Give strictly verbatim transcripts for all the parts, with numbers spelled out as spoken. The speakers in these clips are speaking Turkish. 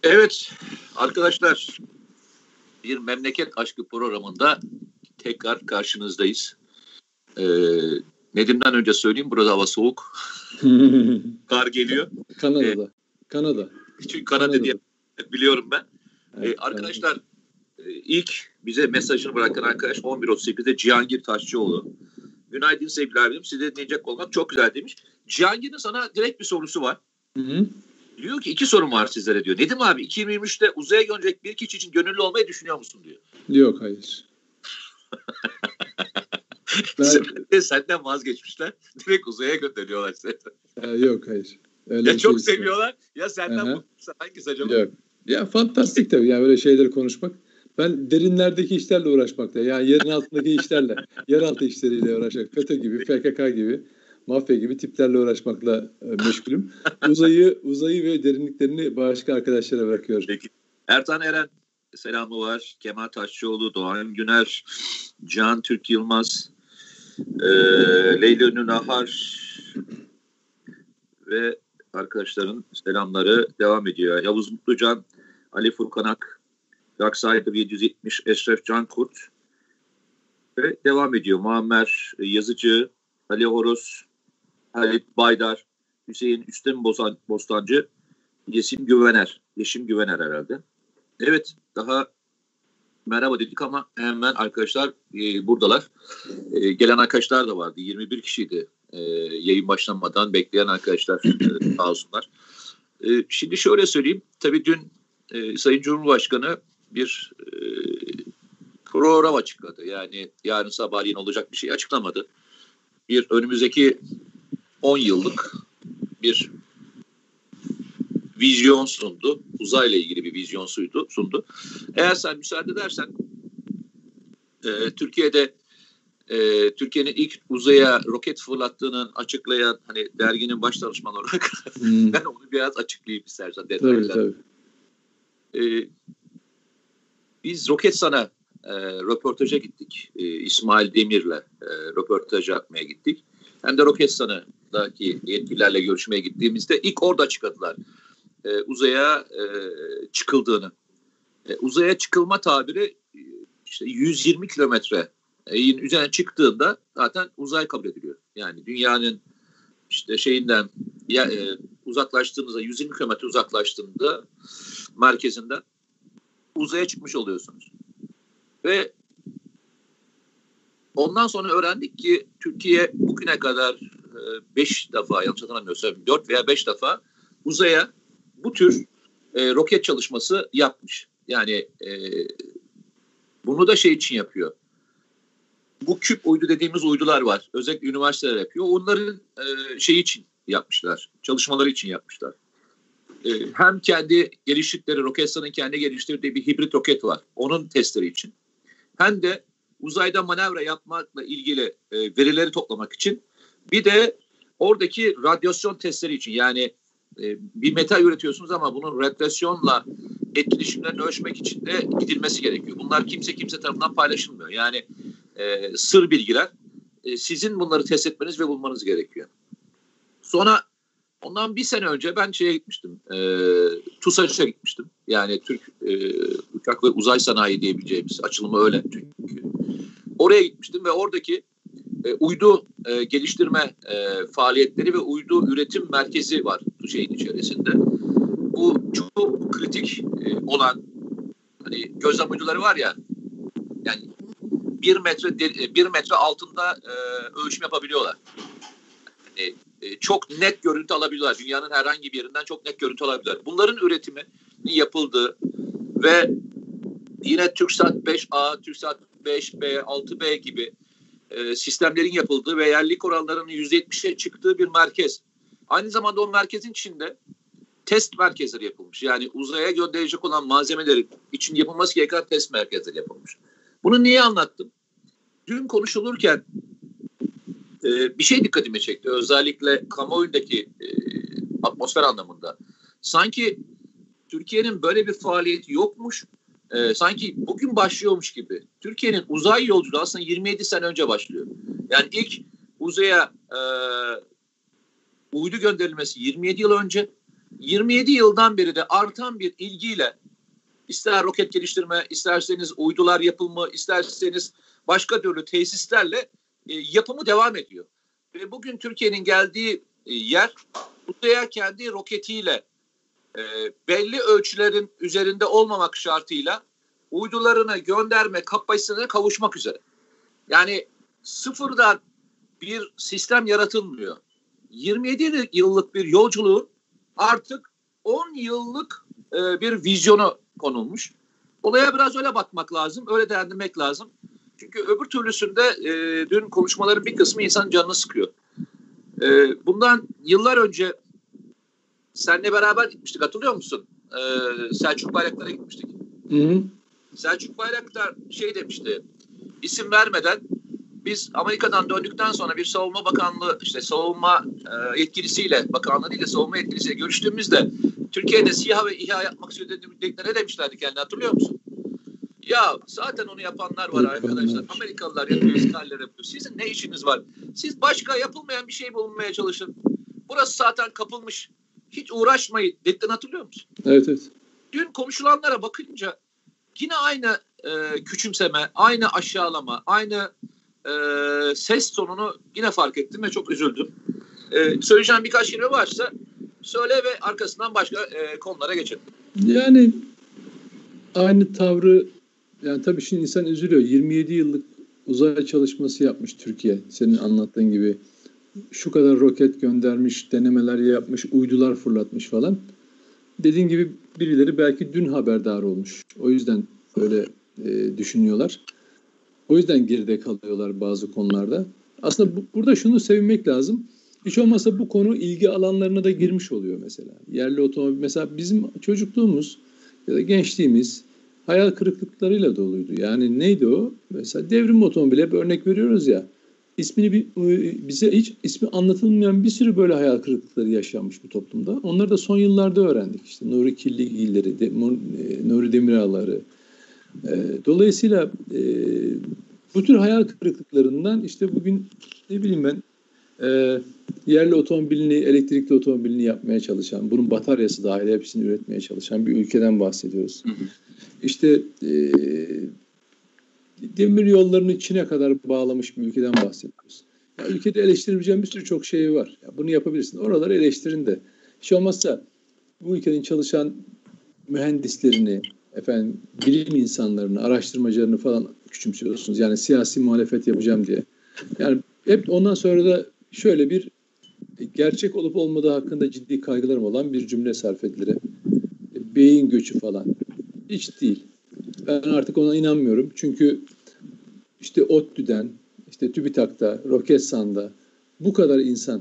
Evet arkadaşlar, bir memleket aşkı programında tekrar karşınızdayız. Ee, Nedim'den önce söyleyeyim, burada hava soğuk. Kar geliyor. Kanada'da. Ee, Kanada. Çünkü Kanada Kanada'da. diye biliyorum ben. Evet, ee, arkadaşlar e, ilk bize mesajını bırakan arkadaş on bir otuz sekizde Cihangir Taşçıoğlu. Günaydın sevgili abim, sizi dinleyecek olmak çok güzel demiş. Cihangir'in sana direkt bir sorusu var. Hı hı. Diyor ki iki sorum var sizlere diyor. Nedim abi iki bin yirmi üçte uzaya gönderecek bir kişi için gönüllü olmayı düşünüyor musun diyor. Yok, hayır. ben... Senden vazgeçmişler. Direkt uzaya gönderiyorlar seni. Ee, yok hayır. Öyle ya çok şey seviyorlar ya senden mutluysa hangisi acaba? Yok. Ya fantastik tabii yani böyle şeyleri konuşmak. Ben derinlerdeki işlerle uğraşmakta. Yani yerin altındaki işlerle, yeraltı işleriyle uğraşmak. FETÖ gibi, P K K gibi, mafya gibi tiplerle uğraşmakla e, meşgulüm. Uzayı, uzayı ve derinliklerini başka arkadaşlara bırakıyorum. Peki. Ertan Eren selamı var. Kemal Taşçıoğlu, Doğan Güner, Can Türk Yılmaz, e, Leyla Nünahar ve arkadaşların selamları devam ediyor. Yavuz Mutlucan, Ali Furkan Ak, Darksider yedi yüz yetmiş, Eşref Cankurt ve devam ediyor. Muammer Yazıcı, Ali Horoz, Halit Baydar, Hüseyin Üstem Bostancı, Yeşim Güvener. Yeşim Güvener herhalde. Evet, daha merhaba dedik ama hemen arkadaşlar e, buradalar. E, gelen arkadaşlar da vardı. yirmi bir kişiydi e, yayın başlamadan bekleyen arkadaşlar e, sağ olsunlar. E, şimdi şöyle söyleyeyim. Tabii dün e, Sayın Cumhurbaşkanı bir e, program açıkladı. Yani yarın sabahleyin olacak bir şey açıklamadı. Bir önümüzdeki on yıllık bir vizyon sundu. Uzayla ilgili bir vizyon sundu. sundu. Eğer sen müsaade edersen e, Türkiye'de e, Türkiye'nin ilk uzaya roket fırlattığını açıklayan hani derginin baş danışmanı olarak hmm. ben onu biraz açıklayayım istersen detaylı. Tabii, tabii. E, biz Roketsan'a e, röportaja gittik. E, İsmail Demir'le e, röportaj yapmaya gittik. Hem de Roketsan'daki yetkililerle görüşmeye gittiğimizde ilk orada açıkladılar. E, uzaya e, çıkıldığını. E, uzaya çıkılma tabiri e, işte yüz yirmi kilometre üzerine çıktığında zaten uzay kabul ediliyor. Yani dünyanın işte şeyinden ya, e, uzaklaştığınızda yüz yirmi kilometre uzaklaştığında merkezinden uzaya çıkmış oluyorsunuz. Ve ondan sonra öğrendik ki Türkiye bugüne kadar beş defa yanlış hatırlamıyorsam dört veya beş defa uzaya bu tür e, roket çalışması yapmış. Yani e, bunu da şey için yapıyor. Bu küp uydu dediğimiz uydular var. Özellikle üniversiteler yapıyor. Onların e, şey için yapmışlar. Çalışmaları için yapmışlar. E, hem kendi geliştirdikleri, Roketsan'ın kendi geliştirdiği bir hibrit roket var. Onun testleri için. Hem de uzayda manevra yapmakla ilgili e, verileri toplamak için. Bir de oradaki radyasyon testleri için. Yani e, bir metal üretiyorsunuz ama bunun radyasyonla etkileşimlerini ölçmek için de gidilmesi gerekiyor. Bunlar kimse kimse tarafından paylaşılmıyor. Yani e, sır bilgiler. E, sizin bunları test etmeniz ve bulmanız gerekiyor. Sonra ondan bir sene önce ben şeye gitmiştim. E, TUSAŞ'a gitmiştim. Yani Türk e, Uçak ve Uzay Sanayi diyebileceğimiz açılımı öyle çünkü. Oraya gitmiştim ve oradaki e, uydu e, geliştirme e, faaliyetleri ve uydu üretim merkezi var bu şeyin içerisinde. Bu çok kritik e, olan hani gözlem uyduları var ya, yani bir metre de, bir metre altında e, ölçüm yapabiliyorlar. Yani, e, çok net görüntü alabiliyorlar. Dünyanın herhangi bir yerinden çok net görüntü alabiliyorlar. Bunların üretiminin yapıldığı ve yine TürkSat beş A, TürkSat beş B, altı B gibi e, sistemlerin yapıldığı ve yerlilik oranlarının yüzde yetmişe çıktığı bir merkez. Aynı zamanda o merkezin içinde test merkezleri yapılmış. Yani uzaya gönderilecek olan malzemelerin için yapılması gereken test merkezleri yapılmış. Bunu niye anlattım? Dün konuşulurken e, bir şey dikkatimi çekti. Özellikle kamuoyundaki e, atmosfer anlamında. Sanki Türkiye'nin böyle bir faaliyeti yokmuş. Ee, sanki bugün başlıyormuş gibi. Türkiye'nin uzay yolculuğu aslında yirmi yedi sene önce başlıyor. Yani ilk uzaya e, uydu gönderilmesi yirmi yedi yıl önce. yirmi yedi yıldan beri de artan bir ilgiyle ister roket geliştirme, isterseniz uydular yapılma, isterseniz başka türlü tesislerle e, yapımı devam ediyor. Ve bugün Türkiye'nin geldiği e, yer uzaya kendi roketiyle e, belli ölçülerin üzerinde olmamak şartıyla uydularını gönderme kapasitesine kavuşmak üzere. Yani sıfırdan bir sistem yaratılmıyor. yirmi yedi yıllık bir yolculuğun artık on yıllık e, bir vizyonu konulmuş. Olaya biraz öyle bakmak lazım, öyle değerlendirmek lazım. Çünkü öbür türlüsünde e, dün konuşmaların bir kısmı insanın canını sıkıyor. E, bundan yıllar önce seninle beraber gitmiştik, hatırlıyor musun? E, Selçuk Bayraktar'a gitmiştik. Hı hı. Selçuk Bayraktar şey demişti, isim vermeden biz Amerika'dan döndükten sonra bir savunma bakanlığı, işte savunma e, yetkilisiyle, bakanlığı değil de savunma yetkilisiyle görüştüğümüzde Türkiye'de SİHA ve İHA yapmak istediklerinde ne demişlerdi kendine, hatırlıyor musun? Ya zaten onu yapanlar var arkadaşlar. Amerikalılar yapıyor, İsrailler yapıyor. Sizin ne işiniz var? Siz başka yapılmayan bir şey bulmaya çalışın. Burası zaten kapılmış. Hiç uğraşmayın dediklerini hatırlıyor musun? Evet, evet. Dün konuşulanlara bakınca yine aynı e, küçümseme, aynı aşağılama, aynı e, ses tonunu yine fark ettim ve çok üzüldüm. E, söyleyeceğim birkaç kelime varsa söyle ve arkasından başka e, konulara geçelim. Yani aynı tavrı, yani tabii şimdi insan üzülüyor. yirmi yedi yıllık uzay çalışması yapmış Türkiye. Senin anlattığın gibi. Şu kadar roket göndermiş, denemeler yapmış, uydular fırlatmış falan. Dediğin gibi birileri belki dün haberdar olmuş. O yüzden öyle e, düşünüyorlar. O yüzden geride kalıyorlar bazı konularda. Aslında bu, burada şunu sevinmek lazım. Hiç olmazsa bu konu ilgi alanlarına da girmiş oluyor mesela. Yerli otomobil, mesela bizim çocukluğumuz ya da gençliğimiz hayal kırıklıklarıyla doluydu. Yani neydi o? Mesela devrim otomobile bir örnek veriyoruz ya. İsmini bir, bize hiç ismi anlatılmayan bir sürü böyle hayal kırıklıkları yaşanmış bu toplumda. Onları da son yıllarda öğrendik. İşte Nuri Killigilleri, de, Nuri Demirağları. Dolayısıyla e, bu tür hayal kırıklıklarından işte bugün ne bileyim ben e, yerli otomobilini, elektrikli otomobilini yapmaya çalışan, bunun bataryası dahil hepsini üretmeye çalışan bir ülkeden bahsediyoruz. Hı hı. İşte e, demir yollarını Çin'e kadar bağlamış bir ülkeden bahsediyoruz. Ya, ülkede eleştirebileceğim bir sürü çok şey var. Ya, bunu yapabilirsin. Oraları eleştirin de. Hiç olmazsa bu ülkenin çalışan mühendislerini, efendim bilim insanlarını, araştırmacılarını falan küçümsüyorsunuz. Yani siyasi muhalefet yapacağım diye. Yani hep ondan sonra da şöyle bir gerçek olup olmadığı hakkında ciddi kaygılarım olan bir cümle sarf edilir. Beyin göçü falan. Hiç değil. Ben artık ona inanmıyorum. Çünkü işte ODTÜ'den, işte TÜBİTAK'ta, Roketsan'da bu kadar insan,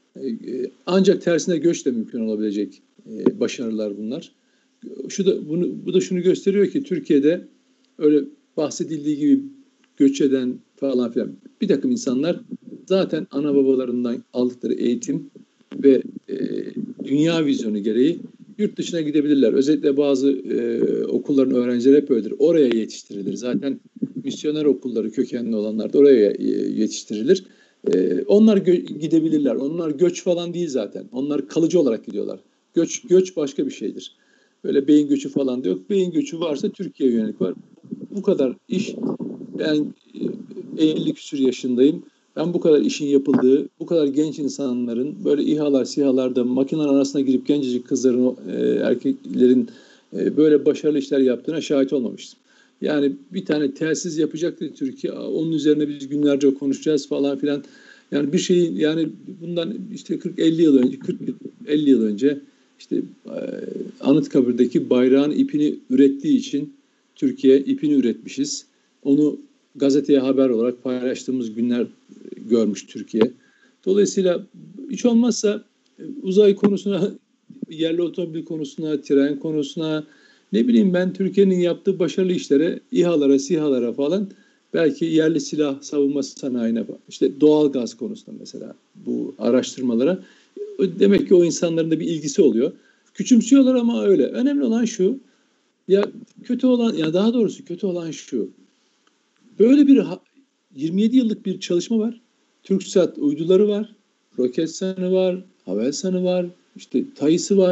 ancak tersine göçle mümkün olabilecek başarılar bunlar. Şu da bunu bu da şunu gösteriyor ki Türkiye'de öyle bahsedildiği gibi göç eden falan filan bir takım insanlar zaten ana babalarından aldıkları eğitim ve e, dünya vizyonu gereği yurt dışına gidebilirler. Özellikle bazı e, okulların öğrencileri hep öyledir. Oraya yetiştirilir. Zaten misyoner okulları kökenli olanlar da oraya yetiştirilir. E, onlar gö- gidebilirler. Onlar göç falan değil zaten. Onlar kalıcı olarak gidiyorlar. Göç göç başka bir şeydir. Böyle beyin göçü falan da yok. Beyin göçü varsa Türkiye'ye yönelik var. Bu kadar iş, ben elli küsur yaşındayım. Ben bu kadar işin yapıldığı, bu kadar genç insanların böyle İHA'lar, SİHA'larda makineler arasına girip gencecik kızların, e, erkeklerin e, böyle başarılı işler yaptığına şahit olmamıştım. Yani bir tane telsiz yapacaktı Türkiye. Onun üzerine biz günlerce konuşacağız falan filan. Yani bir şeyin, yani bundan işte kırk elli yıl önce, kırk elli yıl önce işte e, Anıtkabir'deki bayrağın ipini ürettiği için Türkiye ipini üretmişiz. Onu gazeteye haber olarak paylaştığımız günler görmüş Türkiye. Dolayısıyla hiç olmazsa uzay konusuna, yerli otomobil konusuna, tren konusuna, ne bileyim ben Türkiye'nin yaptığı başarılı işlere, İHA'lara, SİHA'lara falan, belki yerli silah savunma sanayine, işte doğal gaz konusunda mesela bu araştırmalara, demek ki o insanların da bir ilgisi oluyor. Küçümsüyorlar ama öyle. Önemli olan şu, ya kötü olan, ya daha doğrusu kötü olan şu. Böyle bir yirmi yedi yıllık bir çalışma var. TürkSat uyduları var. Roketsan'ı var. Havelsan'ı var. İşte TAİS'i var.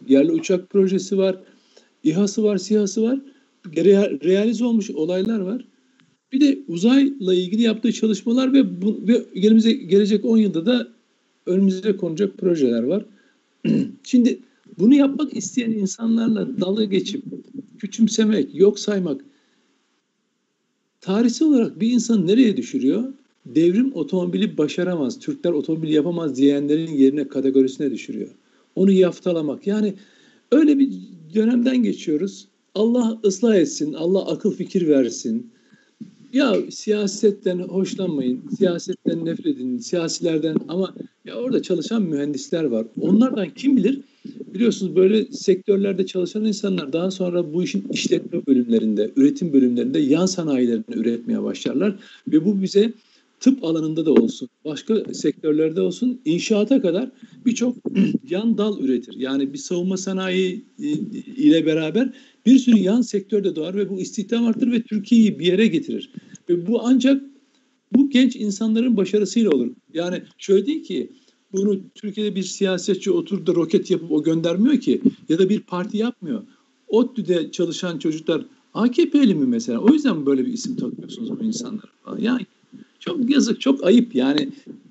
Yerli uçak projesi var. İHA'sı var, SİHA'sı var. Re- realize olmuş olaylar var. Bir de uzayla ilgili yaptığı çalışmalar ve, bu, ve gelimize, gelecek on yılda da önümüze konacak projeler var. Şimdi bunu yapmak isteyen insanlarla dalga geçip küçümsemek, yok saymak tarihsel olarak bir insanı nereye düşürüyor? Devrim otomobili başaramaz, Türkler otomobil yapamaz diyenlerin yerine kategorisine düşürüyor. Onu yaftalamak. Yani öyle bir dönemden geçiyoruz. Allah ıslah etsin, Allah akıl fikir versin. Ya siyasetten hoşlanmayın, siyasetten nefret edin, siyasilerden ama ya orada çalışan mühendisler var. Onlardan kim bilir? Biliyorsunuz böyle sektörlerde çalışan insanlar daha sonra bu işin işletme bölümlerinde, üretim bölümlerinde yan sanayilerini üretmeye başlarlar. Ve bu bize tıp alanında da olsun, başka sektörlerde olsun inşaata kadar birçok yan dal üretir. Yani bir savunma sanayi ile beraber bir sürü yan sektörde doğar ve bu istihdam arttırır ve Türkiye'yi bir yere getirir. Ve bu ancak bu genç insanların başarısıyla olur. Yani şöyle değil ki bunu Türkiye'de bir siyasetçi oturup da roket yapıp o göndermiyor ki ya da bir parti yapmıyor. ODTÜ'de çalışan çocuklar A K P'li mi mesela? O yüzden mi böyle bir isim takıyorsunuz bu insanlara falan? Yani çok yazık, çok ayıp yani.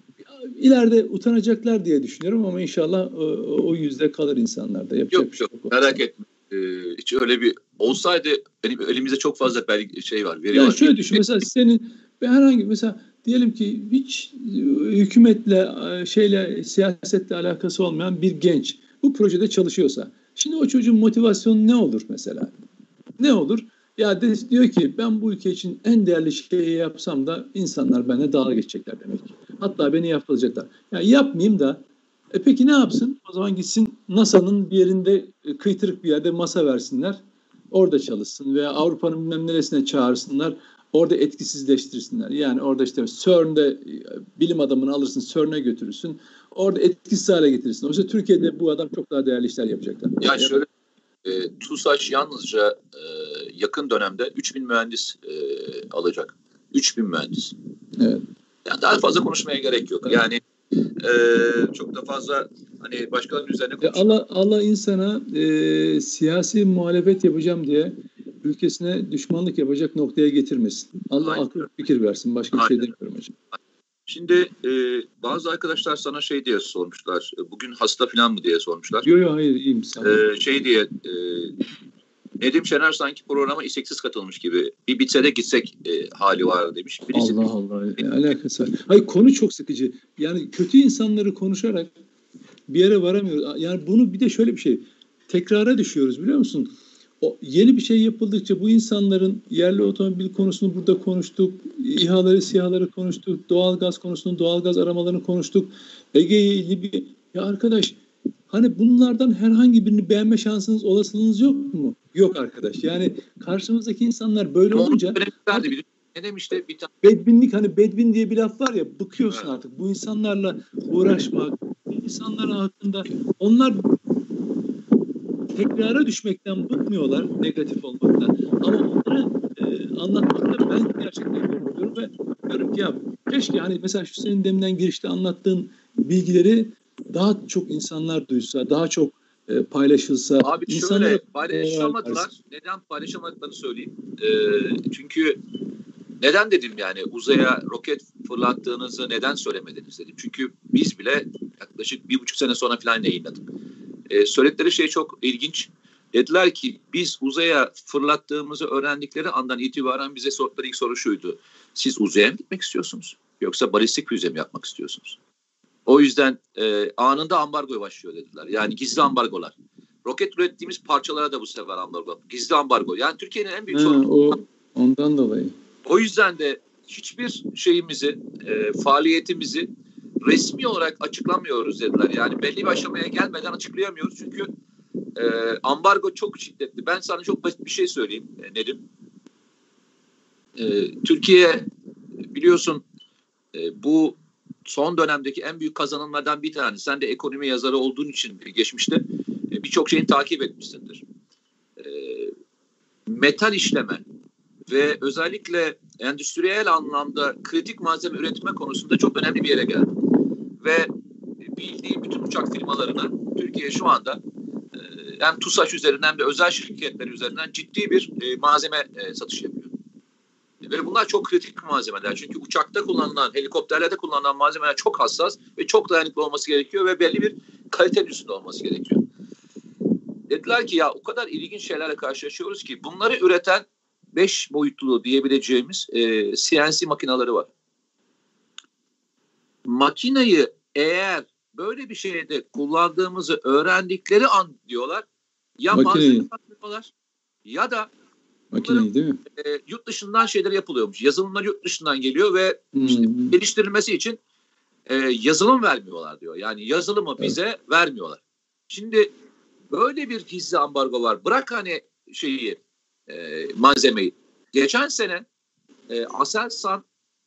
İleride utanacaklar diye düşünüyorum ama inşallah o, o yüzde kalır insanlarda. Yapacak yok yok şey merak etme. Ee, hiç öyle bir olsaydı benim elimizde çok fazla belge, şey var, veri yani var. Şöyle düşün mesela senin herhangi mesela diyelim ki hiç hükümetle şeyle siyasetle alakası olmayan bir genç bu projede çalışıyorsa şimdi o çocuğun motivasyonu ne olur mesela? Ne olur? Ya de, diyor ki ben bu ülke için en değerli şeyi yapsam da insanlar benimle dalga geçecekler demek. Hatta beni yaptıracaklar. Yani yapmayayım da e peki ne yapsın? O zaman gitsin NASA'nın bir yerinde kıytırık bir yerde masa versinler. Orada çalışsın veya Avrupa'nın bilmem neresine çağırsınlar. Orada etkisizleştirsinler. Yani orada işte CERN'de bilim adamını alırsın, CERN'e götürürsün. Orada etkisiz hale getirirsin. Oysa Türkiye'de bu adam çok daha değerli işler yapacaklar. Ya yani şöyle e, TUSAŞ yalnızca e, yakın dönemde üç bin mühendis e, alacak. üç bin mühendis. Evet. Yani daha fazla konuşmaya gerek yok. Yani e, çok da fazla hani başkalarının üzerine konuşmak. Allah Allah insana e, siyasi muhalefet yapacağım diye ülkesine düşmanlık yapacak noktaya getirmesin. Allah Aynen. akıl fikir versin. Başka bir şey demiyorum hocam. Şimdi e, bazı arkadaşlar sana şey diye sormuşlar. Bugün hasta falan mı diye sormuşlar. Yok yok hayır iyiyim. E, şey diye e, Nedim Şener sanki programa isteksiz katılmış gibi. Bir bitse de gitsek e, hali var demiş. Birisi Allah Allah. Ne alakası var? Hayır konu çok sıkıcı. Yani kötü insanları konuşarak bir yere varamıyoruz. Yani bunu bir de şöyle bir şey. Tekrara düşüyoruz biliyor musun? O yeni bir şey yapıldıkça bu insanların yerli otomobil konusunu burada konuştuk. İHA'ları, SİHA'ları konuştuk. Doğalgaz konusunu, doğalgaz aramalarını konuştuk. Ege'ye ilgili bir... Ya arkadaş hani bunlardan herhangi birini beğenme şansınız, olasılığınız yok mu? Yok arkadaş. Yani karşımızdaki insanlar böyle olunca... Artık, ne demişti? Bir tane... Bedbinlik hani bedbin diye bir laf var ya bıkıyorsun evet. artık. Bu insanlarla uğraşmak, insanların hakkında onlar tekrara düşmekten bıkmıyorlar negatif olmaktan. Ama onları e, anlatmakta ben gerçekten korkuyorum ve diyorum ki ya keşke hani mesela şu senin deminden girişte anlattığın bilgileri daha çok insanlar duysa, daha çok e, paylaşılsa. Abi şöyle paylaşamadılar. E, Neden paylaşamadıklarını söyleyeyim. E, çünkü neden dedim yani uzaya roket fırlattığınızı neden söylemediniz dedim. Çünkü biz bile yaklaşık bir buçuk sene sonra falan yayınladık. Ee, söyledikleri şey çok ilginç. Dediler ki biz uzaya fırlattığımızı öğrendikleri andan itibaren bize sordukları ilk soru şuydu. Siz uzaya mı gitmek istiyorsunuz? Yoksa balistik füze mi yapmak istiyorsunuz? O yüzden e, anında ambargo başlıyor dediler. Yani gizli ambargolar. Roket ürettiğimiz parçalara da bu sefer ambargo. Gizli ambargo. Yani Türkiye'nin en büyük ha, sorunu. O, ondan dolayı. O yüzden de hiçbir şeyimizi, e, faaliyetimizi resmi olarak açıklamıyoruz dediler. Yani belli bir aşamaya gelmeden açıklayamıyoruz. Çünkü e, ambargo çok şiddetli. Ben sana çok basit bir şey söyleyeyim e, Nedim. E, Türkiye biliyorsun e, bu son dönemdeki en büyük kazanımlardan bir tanesi. Sen de ekonomi yazarı olduğun için geçmişte e, birçok şeyini takip etmişsindir. E, metal işleme ve özellikle endüstriyel anlamda kritik malzeme üretme konusunda çok önemli bir yere geldi. Ve bildiğim bütün uçak firmalarına Türkiye şu anda e, Yani TUSAŞ üzerinden ve özel şirketler üzerinden ciddi bir e, malzeme e, satışı yapıyor. Ve bunlar çok kritik malzemeler. Çünkü uçakta kullanılan, helikopterlerde kullanılan malzemeler çok hassas ve çok dayanıklı olması gerekiyor ve belli bir kalitenin üstünde olması gerekiyor. Dediler ki ya o kadar ilginç şeylerle karşılaşıyoruz ki bunları üreten beş boyutlu diyebileceğimiz e, C N C makineleri var. Makineyi eğer böyle bir şeyde kullandığımızı öğrendikleri an diyorlar ya malzeme satmıyorlar ya da makineyi değil mi? E, yurt dışından şeyler yapılıyormuş. Yazılımlar yurt dışından geliyor ve hmm. işte geliştirilmesi için e, yazılım vermiyorlar diyor. Yani yazılımı bize evet. vermiyorlar. Şimdi böyle bir gizli ambargo var. Bırak hani şeyi e, malzemeyi. Geçen sene e, Aselsan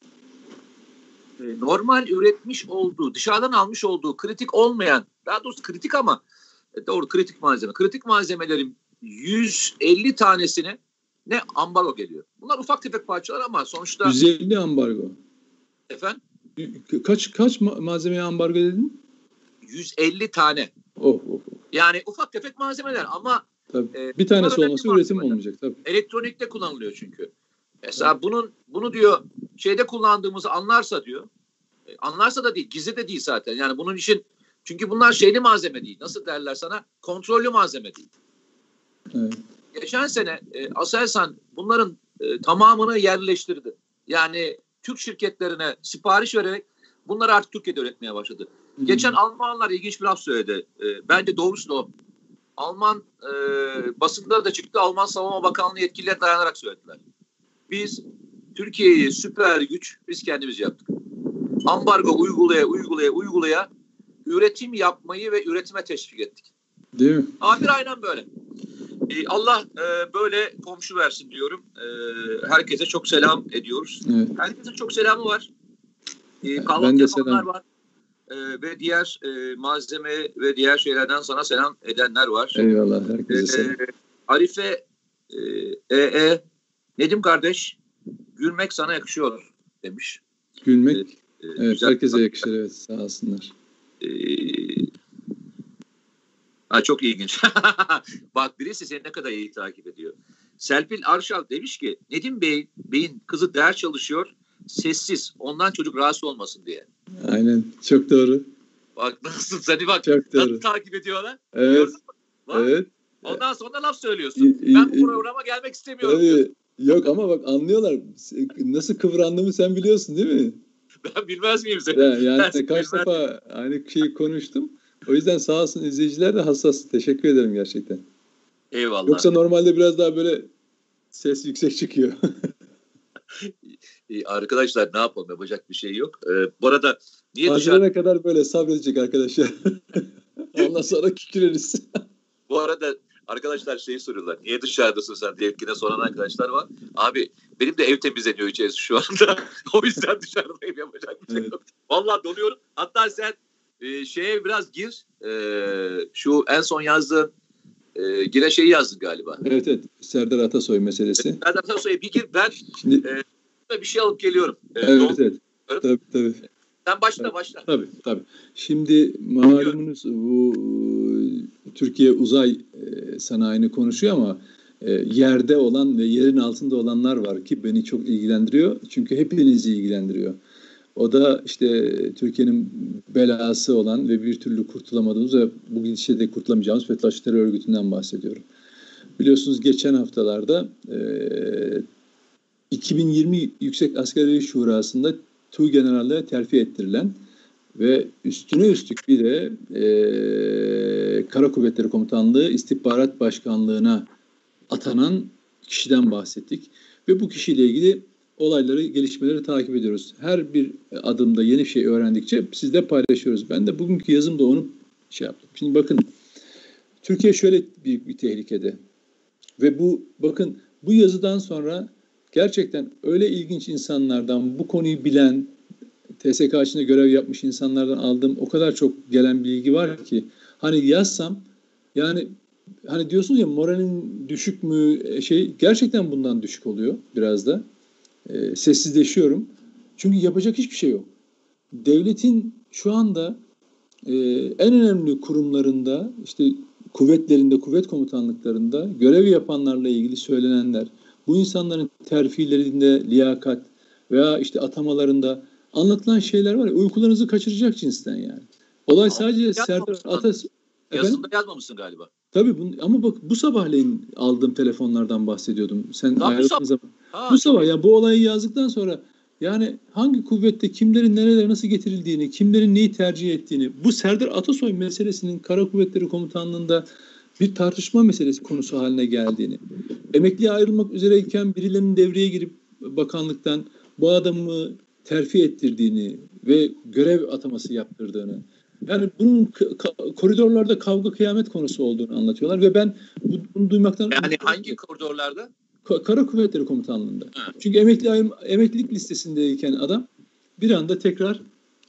e, normal üretmiş olduğu, dışarıdan almış olduğu kritik olmayan, daha doğrusu kritik ama e, doğru kritik malzeme. Kritik malzemelerin yüz elli tanesini ne ambargo geliyor. Bunlar ufak tefek parçalar ama sonuçta yüz elli ambargo. Efendim? Kaç kaç malzemeye ambargo dedin? yüz elli tane. Oh, oh, oh. Yani ufak tefek malzemeler ama tabii. E, bir tanesi olması üretim olmayacak tabii. Elektronikte kullanılıyor çünkü. Mesela evet. bunun bunu diyor şeyde kullandığımızı anlarsa diyor. E, anlarsa da değil, gizli de değil zaten. Yani bunun için çünkü bunlar şeyli malzeme değil. Nasıl derler sana? Kontrollü malzeme değil. Evet. Geçen sene e, Aselsan bunların e, tamamını yerleştirdi. Yani Türk şirketlerine sipariş vererek bunları artık Türkiye'de üretmeye başladı. Hmm. Geçen Almanlar ilginç bir laf söyledi. E, bence doğrusu da o. Alman e, basında da çıktı. Alman Savunma Bakanlığı yetkililerine dayanarak söylediler. Biz Türkiye'yi süper güç biz kendimiz yaptık. Ambargo uygulaya uygulaya uygulaya üretim yapmayı ve üretime teşvik ettik. Değil mi? Amir aynen böyle. Ee, Allah e, böyle komşu versin diyorum. E, herkese çok selam ediyoruz. Evet. Herkese çok selamı var. E, ben de selam. var. E, ve diğer e, malzeme ve diğer şeylerden sana selam edenler var. Eyvallah. Herkese e, selam. Arife e, e, Nedim kardeş gülmek sana yakışıyor demiş. Gülmek e, evet, güzel. Herkese yakışır. Evet, sağ olsunlar. Eee Ha, çok ilginç. Bak birisi seni ne kadar iyi takip ediyor. Serpil Arşal demiş ki Nedim Bey, Bey'in kızı ders çalışıyor. Sessiz. Ondan çocuk rahatsız olmasın diye. Aynen. Çok doğru. Bak nasıl seni bak. Çok doğru. Nasıl takip ediyorlar? Evet. Bak, evet. Ondan sonra laf söylüyorsun. İ, ben bu programa gelmek istemiyorum. Tabii. Yok ama bak anlıyorlar. Nasıl kıvrandığımı sen biliyorsun değil mi? Ben bilmez miyim seni? Yani, yani kaç defa aynı şeyi konuştum. O yüzden sağ olsun izleyiciler de hassas. Teşekkür ederim gerçekten. Eyvallah. Yoksa normalde biraz daha böyle ses yüksek çıkıyor. Arkadaşlar ne yapalım, yapacak bir şey yok. Ee, bu arada niye Hazırına dışarı... kadar böyle sabredecek arkadaşlar. Ondan sonra küküreriz. Bu arada arkadaşlar şeyi soruyorlar. Niye dışarıdasın sen diye etkine soran arkadaşlar var. Abi benim de ev temizleniyor içerisi şu anda. O yüzden dışarıdayım, yapacak bir şey evet. yok. Vallahi donuyorum. Hatta sen e, şeye biraz gir. E, şu en son yazdığın e, yine şeyi yazdın galiba. Evet evet. Serdar Atasoy meselesi. Serdar Atasoy'a bir gir. Ben Şimdi... e, bir şey alıp geliyorum. E, evet don- evet. Tabii tabii. Sen başla başla. Tabii tabii. Şimdi malumunuz bu Türkiye uzay e, sanayini konuşuyor ama e, yerde olan ve yerin altında olanlar var ki beni çok ilgilendiriyor. Çünkü hepinizi ilgilendiriyor. O da işte Türkiye'nin belası olan ve bir türlü kurtulamadığımız ve bu gidişle de kurtulamayacağımız Fethullahçı terör örgütünden bahsediyorum. Biliyorsunuz geçen haftalarda e, iki bin yirmi Yüksek Askerleri Şurası'nda Tuğgenerallere terfi ettirilen ve üstüne üstlük bir de e, Kara Kuvvetleri Komutanlığı İstihbarat Başkanlığı'na atanan kişiden bahsettik. Ve bu kişiyle ilgili olayları, gelişmeleri takip ediyoruz. Her bir adımda yeni şey öğrendikçe sizle paylaşıyoruz. Ben de bugünkü yazımda onu şey yaptım. Şimdi bakın, Türkiye şöyle büyük bir tehlikede. Ve bu bakın bu yazıdan sonra gerçekten öyle ilginç insanlardan, bu konuyu bilen, T S K içinde görev yapmış insanlardan aldığım o kadar çok gelen bilgi var ki hani yazsam yani hani diyorsunuz ya moralin düşük mü şey gerçekten bundan düşük oluyor biraz da. E, sessizleşiyorum. Çünkü yapacak hiçbir şey yok. Devletin şu anda e, en önemli kurumlarında işte kuvvetlerinde, kuvvet komutanlıklarında görev yapanlarla ilgili söylenenler, bu insanların terfilerinde liyakat veya işte atamalarında anlatılan şeyler var ya, uykularınızı kaçıracak cinsten yani. Olay Ama sadece Serdar Atas... Yazında yazmamışsın galiba. Tabii bunu, ama bak bu sabahleyin aldığım telefonlardan bahsediyordum. Sen ayrıldığın zaman. Ha, bu sabah ya bu olayı yazdıktan sonra yani hangi kuvvette kimlerin nerelere nasıl getirildiğini, kimlerin neyi tercih ettiğini, bu Serdar Atasoy meselesinin Kara Kuvvetleri Komutanlığı'nda bir tartışma meselesi konusu haline geldiğini, emekliye ayrılmak üzereyken birilerinin devreye girip bakanlıktan bu adamı terfi ettirdiğini ve görev ataması yaptırdığını, yani bunun ka- koridorlarda kavga kıyamet konusu olduğunu anlatıyorlar ve ben bu, bunu duymaktan... Yani hangi koridorlarda? Ka- Kara Kuvvetleri Komutanlığı'nda. Hı. Çünkü emekli emeklilik listesindeyken adam bir anda tekrar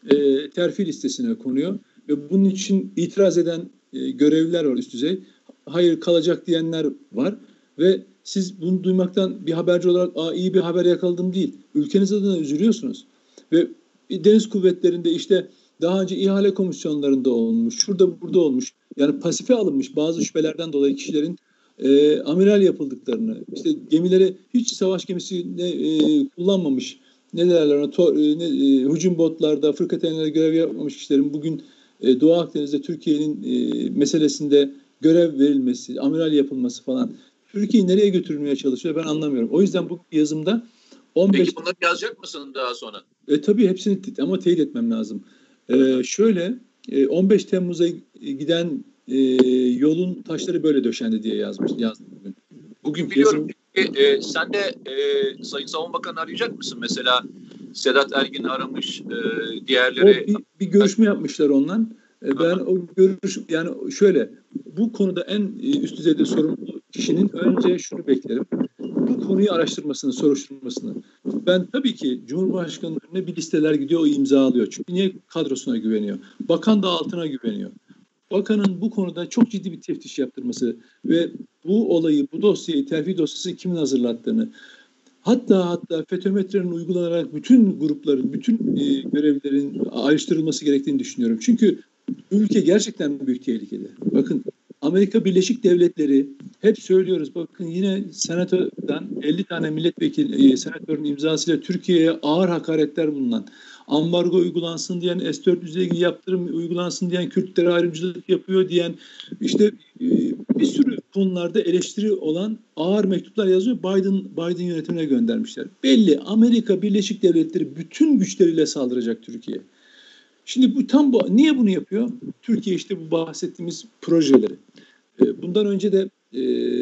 e, terfi listesine konuyor ve bunun için itiraz eden e, görevliler var üst düzey. Hayır kalacak diyenler var ve siz bunu duymaktan bir haberci olarak Aa, iyi bir haber yakaladım değil. Ülkeniz adına üzülüyorsunuz. Ve deniz kuvvetlerinde işte daha önce ihale komisyonlarında olmuş, şurada burada olmuş. Yani pasife alınmış bazı şüphelerden dolayı kişilerin e, amiral yapıldıklarını, işte gemileri hiç savaş gemisi ne, e, kullanmamış, ne derler ona, to, e, ne, e, hücum botlarda, fırkateynlere görev yapmamış kişilerin bugün e, Doğu Akdeniz'de Türkiye'nin e, meselesinde görev verilmesi, amiral yapılması falan. Türkiye'yi nereye götürmeye çalışıyor ben anlamıyorum. O yüzden bu yazımda on beş... Peki bunları yazacak mısın daha sonra? E, tabii hepsini ama teyit etmem lazım. E, şöyle e, on beş Temmuz'a giden e, yolun taşları böyle döşendi diye yazmış yazdım bugün. Bugün biliyorum ki e, sen de e, Sayın Savunma Bakanı arayacak mısın? Mesela Sedat Ergin aramış, e, diğerleri... O bir, bir görüşme yapmışlar ondan. E, ben o görüş yani şöyle bu konuda en üst düzeyde sorumlu kişinin önce şunu beklerim. Bu konuyu araştırmasını, soruşturmasını. Ben tabii ki Cumhurbaşkanı'nın önüne bir listeler gidiyor, o imzalıyor. Çünkü niye kadrosuna güveniyor? Bakan da altına güveniyor. Bakanın bu konuda çok ciddi bir teftiş yaptırması ve bu olayı, bu dosyayı, terfi dosyası kimin hazırlattığını, hatta hatta FETÖ-METRE'nin uygulanarak bütün grupların, bütün e, görevlerin ayrıştırılması gerektiğini düşünüyorum. Çünkü ülke gerçekten büyük tehlikede. Bakın Amerika Birleşik Devletleri hep söylüyoruz. Bakın yine senatodan elli tane milletvekili, e, senatörün imzasıyla Türkiye'ye ağır hakaretler bulunan, ambargo uygulansın diyen, S dört yüz'e ilgili yaptırım uygulansın diyen, Kürtlere ayrımcılık yapıyor diyen, işte e, bir sürü konularda eleştiri olan ağır mektuplar yazıyor. Biden Biden yönetimine göndermişler. Belli Amerika Birleşik Devletleri bütün güçleriyle saldıracak Türkiye'ye. Şimdi bu tam bu. Niye bunu yapıyor? Türkiye işte bu bahsettiğimiz projeleri. Bundan önce de e,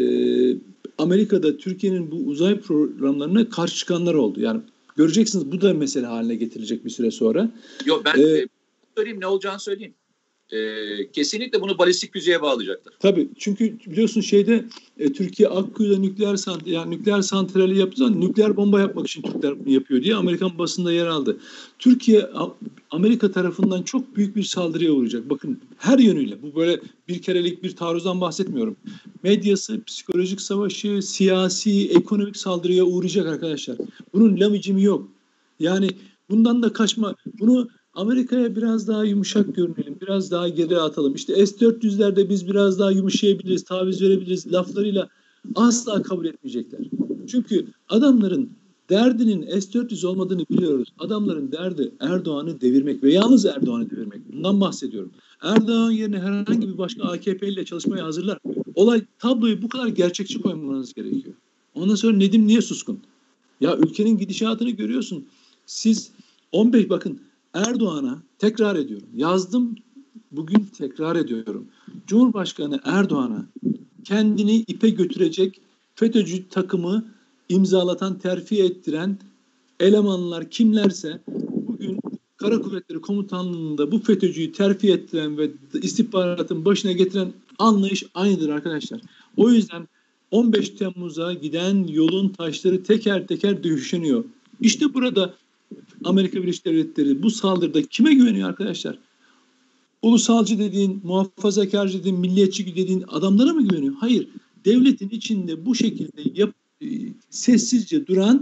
Amerika'da Türkiye'nin bu uzay programlarına karşı çıkanlar oldu. Yani göreceksiniz bu da mesele haline getirilecek bir süre sonra. Yok ben ee, söyleyeyim ne olacağını söyleyeyim. Ee, kesinlikle bunu balistik füzeye bağlayacaklar. Tabii çünkü biliyorsun şeyde e, Türkiye Akkuyu'da nükleer santral yani nükleer santrali yaptığı zaman nükleer bomba yapmak için Türkler bunu yapıyor diye Amerikan basında yer aldı. Türkiye Amerika tarafından çok büyük bir saldırıya uğrayacak. Bakın her yönüyle bu böyle bir kerelik bir taarruzdan bahsetmiyorum. Medyası, psikolojik savaşı, siyasi, ekonomik saldırıya uğrayacak arkadaşlar. Bunun lamicimi yok. Yani bundan da kaçma. Bunu Amerika'ya biraz daha yumuşak görünelim, biraz daha geri atalım. İşte S dört yüz'lerde biz biraz daha yumuşayabiliriz, taviz verebiliriz laflarıyla asla kabul etmeyecekler. Çünkü adamların derdinin S dört yüz olmadığını biliyoruz. Adamların derdi Erdoğan'ı devirmek ve yalnız Erdoğan'ı devirmek. Bundan bahsediyorum. Erdoğan yerine herhangi bir başka A K P ile çalışmaya hazırlar. Olay tabloyu bu kadar gerçekçi koymanız gerekiyor. Ondan sonra Nedim niye suskun? Ya ülkenin gidişatını görüyorsun. Siz on beş bakın Erdoğan'a tekrar ediyorum. Yazdım, bugün tekrar ediyorum. Cumhurbaşkanı Erdoğan'a kendini ipe götürecek FETÖ'cü takımı imzalatan, terfi ettiren elemanlar kimlerse bugün Kara Kuvvetleri Komutanlığı'nda bu FETÖ'cüyü terfi ettiren ve istihbaratın başına getiren anlayış aynıdır arkadaşlar. O yüzden on beş Temmuz'a giden yolun taşları teker teker döşeniyor. İşte burada Amerika Birleşik Devletleri bu saldırıda kime güveniyor arkadaşlar? Ulusalcı dediğin, muhafazakarcı dediğin, milliyetçi dediğin adamlara mı güveniyor? Hayır. Devletin içinde bu şekilde yap, sessizce duran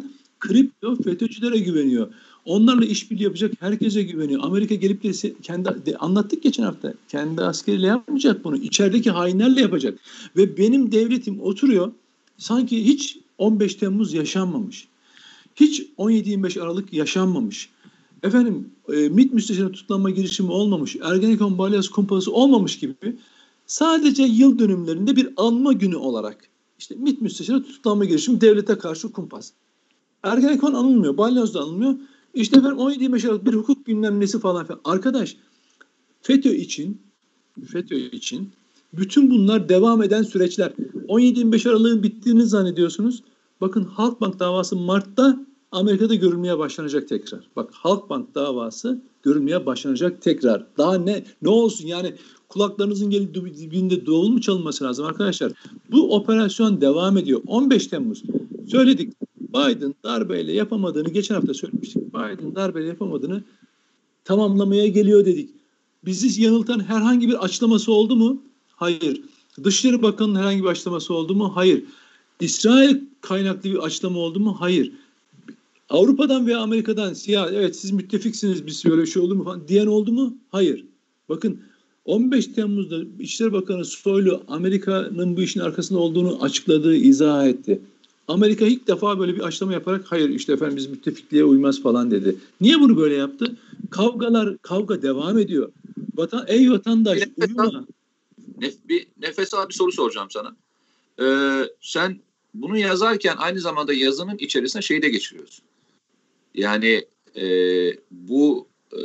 kripto FETÖ'cülere güveniyor. Onlarla işbirliği yapacak herkese güveniyor. Amerika gelip de kendi de, anlattık geçen hafta. Kendi askeriyle yapmayacak bunu. İçerideki hainlerle yapacak. Ve benim devletim oturuyor. Sanki hiç on beş Temmuz yaşanmamış. Hiç on yedi yirmi beş Aralık yaşanmamış. Efendim e, MİT müsteşarı tutuklanma girişimi olmamış. Ergenekon balyası kumpası olmamış gibi. Sadece yıl dönümlerinde bir anma günü olarak işte MİT müsteşarı tutuklanma girişimi devlete karşı kumpas. Ergenekon anılmıyor. Balyoz da anılmıyor. İşte efendim on yedi yirmi beş Aralık bir hukuk bilmem nesi falan filan. Arkadaş FETÖ için FETÖ için bütün bunlar devam eden süreçler. on yedi yirmi beş Aralık'ın bittiğini zannediyorsunuz. Bakın Halkbank davası Mart'ta Amerika'da görülmeye başlanacak tekrar. Bak Halkbank davası görülmeye başlanacak tekrar. Daha ne ne olsun yani kulaklarınızın gelip dibinde davul mu çalınması lazım arkadaşlar. Bu operasyon devam ediyor. on beş Temmuz söyledik. Biden darbeyle yapamadığını geçen hafta söylemiştik. Biden darbeyle yapamadığını tamamlamaya geliyor dedik. Bizi yanıltan herhangi bir açıklaması oldu mu? Hayır. Dışişleri Bakanı'nın herhangi bir açıklaması oldu mu? Hayır. İsrail kaynaklı bir açıklama oldu mu? Hayır. Avrupa'dan veya Amerika'dan siyah evet siz müttefiksiniz biz böyle bir şey oldu mu falan diyen oldu mu? Hayır. Bakın on beş Temmuz'da İçişleri Bakanı Soylu Amerika'nın bu işin arkasında olduğunu açıkladığı, izah etti. Amerika ilk defa böyle bir açıklama yaparak hayır işte efendim biz müttefikliğe uymaz falan dedi. Niye bunu böyle yaptı? Kavgalar, kavga devam ediyor. Vatan, ey vatandaş Nefes uyuma. al, nef, bir nefes al bir soru soracağım sana. Ee, sen bunu yazarken aynı zamanda yazının içerisine şeyi de geçiriyorsun. Yani e, bu e,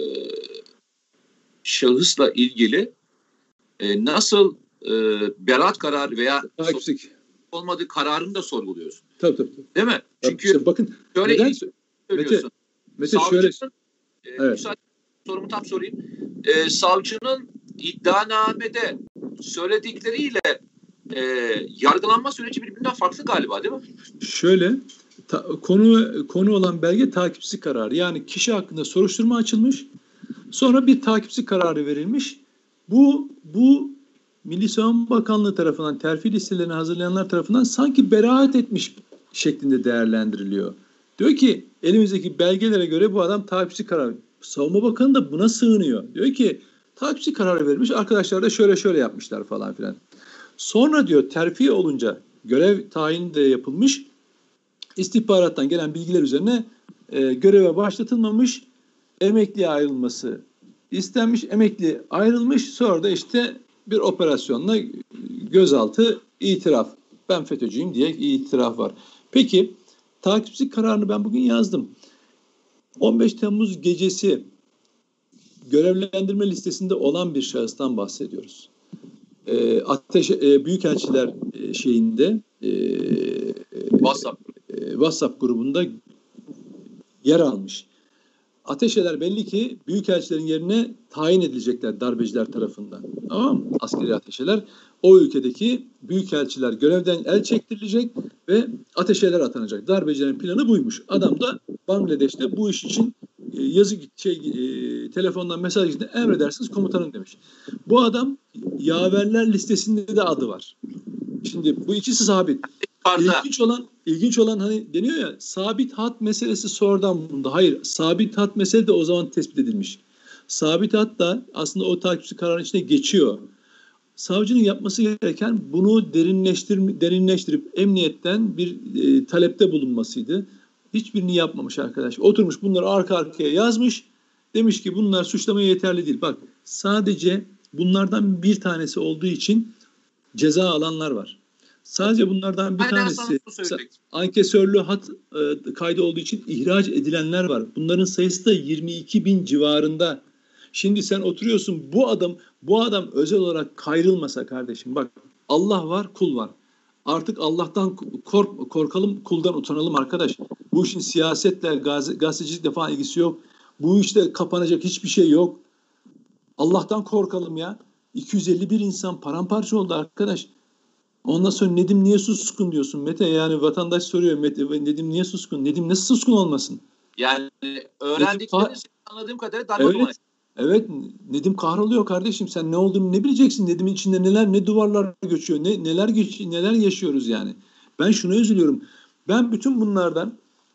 şahısla ilgili e, nasıl e, beraat kararı veya Takipsizlik. olmadığı kararını da sorguluyorsun. Tabii tabii. tabii. Değil mi? Çünkü işte bakın şöyle neden söylüyorsun. Mete, Mete şöyle e, evet. müsaade, sorumu tam sorayım. E, savcının iddianamede söyledikleriyle e, yargılanma süreci birbirinden farklı galiba değil mi? Şöyle ta, konu konu olan belge takipsizlik kararı. Yani kişi hakkında soruşturma açılmış. Sonra bir takipsizlik kararı verilmiş. Bu bu Milli Savunma Bakanlığı tarafından terfi listelerini hazırlayanlar tarafından sanki beraat etmiş şeklinde değerlendiriliyor. Diyor ki elimizdeki belgelere göre bu adam takipsizlik kararı. Savunma Bakanı da buna sığınıyor. Diyor ki takipsizlik kararı verilmiş. Arkadaşlar da şöyle şöyle yapmışlar falan filan. Sonra diyor terfi olunca görev tayini de yapılmış. İstihbarattan gelen bilgiler üzerine e, göreve başlatılmamış. Emekliye ayrılması istenmiş. Emekli ayrılmış. Sonra da işte bir operasyonla gözaltı itiraf. Ben FETÖ'cüyüm diye itiraf var. Peki takipsizlik kararını ben bugün yazdım. on beş Temmuz gecesi görevlendirme listesinde olan bir şahıstan bahsediyoruz. E, ateş, e, Büyükelçiler e, şeyinde e, WhatsApp. E, WhatsApp grubunda yer almış. Ateşeler belli ki büyükelçilerin yerine tayin edilecekler darbeciler tarafından. Tamam mı? Askeri ateşeler. O ülkedeki büyükelçiler görevden el çektirilecek ve ateşeler atanacak. Darbecilerin planı buymuş. Adam da Bangladeş'te bu iş için e, yazı şey e, telefondan mesaj gittiğinde emredersiniz komutanım demiş. Bu adam yaverler listesinde de adı var. Şimdi bu ikisi sabit. İlginç olan, ilginç olan hani deniyor ya sabit hat meselesi sonradan bulundu. Hayır, sabit hat mesele de o zaman tespit edilmiş. Sabit hat da aslında o takipçi kararın içine geçiyor. Savcının yapması gereken bunu derinleştir, derinleştirip emniyetten bir e, talepte bulunmasıydı. Hiçbirini yapmamış arkadaş. Oturmuş bunları arka arkaya yazmış. Demiş ki bunlar suçlamaya yeterli değil. Bak sadece bunlardan bir tanesi olduğu için ceza alanlar var. Sadece bunlardan bir Aynen tanesi ankesörlü hat e, kaydı olduğu için ihraç edilenler var. Bunların sayısı da yirmi iki bin civarında. Şimdi sen oturuyorsun bu adam bu adam özel olarak kayrılmasa kardeşim bak Allah var kul var. Artık Allah'tan kork, korkalım kuldan utanalım arkadaş. Bu işin siyasetle gaz, gazetecilikle falan ilgisi yok. Bu işte kapanacak hiçbir şey yok. Allah'tan korkalım ya. iki yüz elli bir insan paramparça oldu arkadaş. Ondan sonra Nedim niye suskun diyorsun Mete? Yani vatandaş soruyor Mete Nedim niye suskun? Nedim nasıl suskun olmasın? Yani öğrendikleriniz anladığım kadarıyla darbe evet, dumanı. Evet Nedim kahroluyor kardeşim. Sen ne olduğunu ne bileceksin? Nedim'in içinde neler ne duvarlar göçüyor. Ne, neler geç, neler yaşıyoruz yani. Ben şuna üzülüyorum. Ben bütün bunlardan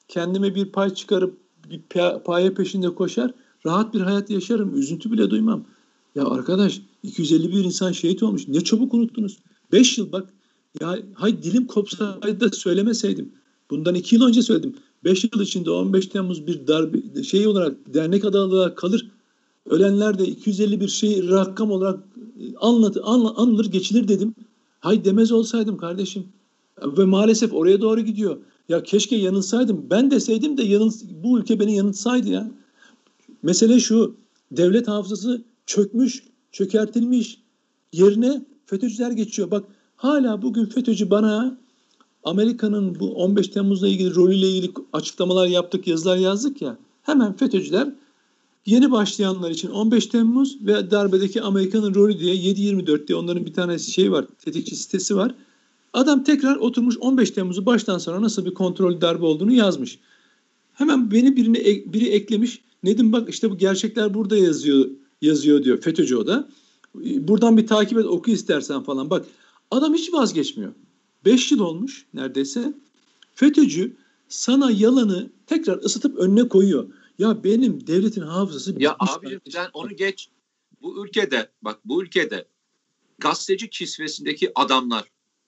kendime bir pay çıkarıp bir paye peşinde koşar, rahat bir hayat yaşarım. Üzüntü bile duymam. Ya arkadaş, iki yüz elli bir insan şehit olmuş. Ne çabuk unuttunuz. beş yıl bak. Ya hay dilim kopsaydı da söylemeseydim. Bundan iki yıl önce söyledim. beş yıl içinde on beş Temmuz bir darbe şey olarak, dernek adı olarak kalır. Ölenler de iki yüz elli bir şey rakam olarak anlat, anla, anılır geçilir dedim. Hay demez olsaydım kardeşim. Ve maalesef oraya doğru gidiyor. Ya keşke yanılsaydım. Ben deseydim de yanıl, bu ülke beni yanılsaydı ya. Mesele şu. Devlet hafızası çökmüş, çökertilmiş. Yerine FETÖ'cüler geçiyor. Bak hala bugün FETÖ'cü bana Amerika'nın bu on beş Temmuz'la ilgili rolüyle ilgili açıklamalar yaptık, yazılar yazdık ya. Hemen FETÖ'cüler yeni başlayanlar için on beş Temmuz ve darbedeki Amerika'nın rolü diye yedi yirmi dört diye onların bir tane şey var, tetikçi sitesi var. Adam tekrar oturmuş on beş Temmuz'u baştan sona nasıl bir kontrol darbe olduğunu yazmış. Hemen beni birine biri eklemiş. Nedim bak işte bu gerçekler burada yazıyor yazıyor diyor. FETÖ'cü o da. Buradan bir takip et, oku istersen falan. Bak adam hiç vazgeçmiyor. beş yıl olmuş neredeyse. FETÖ'cü sana yalanı tekrar ısıtıp önüne koyuyor. Ya benim devletin hafızası ya abicim sen onu geç. Bu ülkede bak bu ülkede gazeteci kisvesindeki adamlar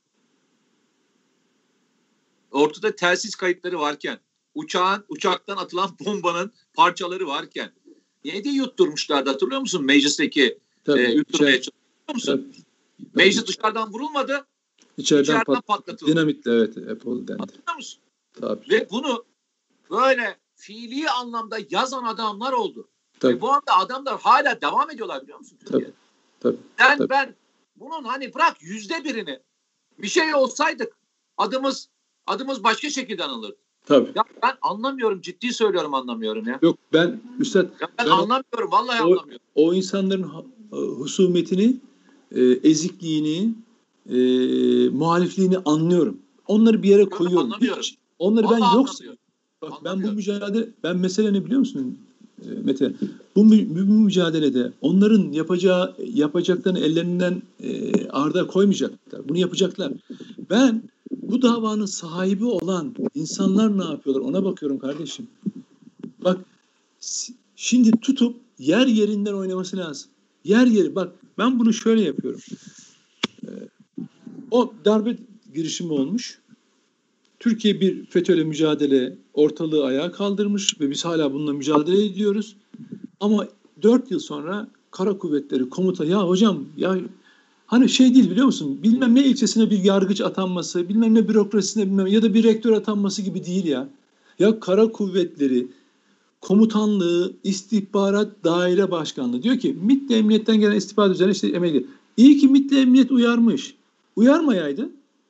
ortada telsiz kayıtları varken, uçağın uçaktan atılan bombanın parçaları varken ne diye yutturmuşlardı hatırlıyor musun? Meclisteki tabii, e, yutturmaya şey, çalışıyor musun? Tabii, Meclis tabii. dışarıdan vurulmadı. İçeriden, içeriden pat, patlatıldı. Dinamitle evet. Apple dendi. Hatırlıyor musun? Tabii. Ve bunu böyle fiili anlamda yazan adamlar oldu. Tabii. Ve bu anda adamlar hala devam ediyorlar biliyor musun Türkiye'de? Tabii. Ben, Tabii. ben bunun hani bırak yüzde birini bir şey olsaydık adımız adımız başka şekilde anılırdı. Tabii. Ya ben anlamıyorum, ciddi söylüyorum anlamıyorum ya. Yok ben Üstad Ya ben, ben anlamıyorum, vallahi o, anlamıyorum. O insanların husumetini, e, ezikliğini, e, muhalifliğini anlıyorum. Onları bir yere koyuyorum. Hiç, onları vallahi ben yok sayıyorum. Bak ben bu mücadele, ben mesele ne biliyor musun e, Mete? Bu, bu, bu mücadelede onların yapacağı yapacaklarını ellerinden e, arda koymayacaklar. Bunu yapacaklar. Ben bu davanın sahibi olan insanlar ne yapıyorlar ona bakıyorum kardeşim. Bak şimdi tutup yer yerinden oynaması lazım. Yer yeri bak ben bunu şöyle yapıyorum. Ee, o darbe girişimi olmuş. Türkiye bir FETÖ'yle mücadele ortalığı ayağa kaldırmış ve biz hala bununla mücadele ediyoruz. Ama dört yıl sonra Kara Kuvvetleri Komuta ya hocam ya hani şey değil biliyor musun? Bilmem ne ilçesine bir yargıç atanması, bilmem ne bürokrasisine bilmem ya da bir rektör atanması gibi değil ya. Ya Kara Kuvvetleri Komutanlığı İstihbarat Daire Başkanlığı diyor ki MİT Emniyet'ten gelen istihbarat üzerine işte emekli. İyi ki MİT Emniyet uyarmış. Uyarmayaydı.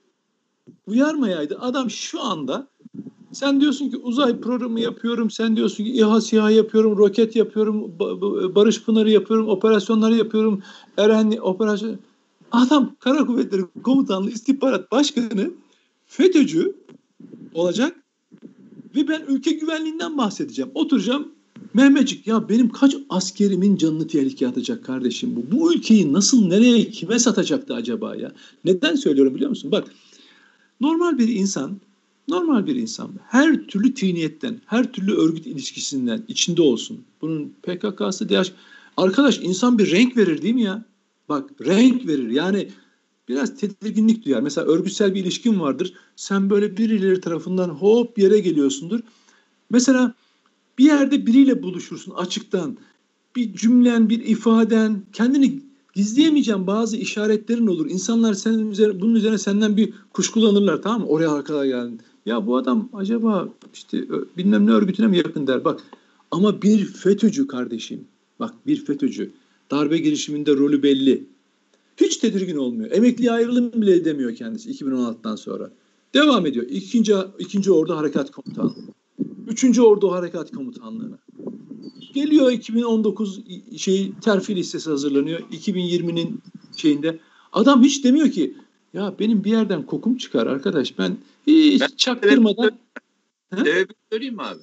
Uyarmayaydı. Adam şu anda sen diyorsun ki uzay programı yapıyorum. Sen diyorsun ki İHA SİHA yapıyorum. Roket yapıyorum. Barış Pınarı yapıyorum. Operasyonları yapıyorum. Erenli operasyon. Adam Kara Kuvvetleri Komutanlığı İstihbarat Başkanı FETÖ'cü olacak. Ve ben ülke güvenliğinden bahsedeceğim. Oturacağım. Mehmetçik ya benim kaç askerimin canını tehlikeye atacak kardeşim bu. Bu ülkeyi nasıl nereye kime satacaktı acaba ya? Neden söylüyorum biliyor musun? Bak normal bir insan normal bir insan her türlü tiniyetten, her türlü örgüt ilişkisinden içinde olsun. Bunun P K K'sı, D H. Arkadaş insan bir renk verir değil mi ya? Bak renk verir yani biraz tedirginlik duyar. Mesela örgütsel bir ilişkin vardır. Sen böyle birileri tarafından hop yere geliyorsundur. Mesela bir yerde biriyle buluşursun açıktan. Bir cümlen, bir ifaden, kendini gizleyemeyeceğin bazı işaretlerin olur. İnsanlar senin üzerine, bunun üzerine senden bir kuşkulanırlar tamam mı? Oraya kadar geldin. Ya bu adam acaba işte bilmem ne örgütüne mi yakın der bak. Ama bir FETÖ'cü kardeşim. Bak bir FETÖ'cü. Darbe girişiminde rolü belli. Hiç tedirgin olmuyor. Emekliye ayrılım bile edemiyor kendisi iki bin on altıdan sonra. Devam ediyor. İkinci, ikinci Ordu Harekat Komutanlığı. Üçüncü Ordu Harekat Komutanlığı'na. Geliyor iki bin on dokuz şey terfi listesi hazırlanıyor. iki bin yirminin şeyinde. Adam hiç demiyor ki ya benim bir yerden kokum çıkar arkadaş. Ben hiç ben çaktırmadan. Sebebi söyleyeyim mi abi?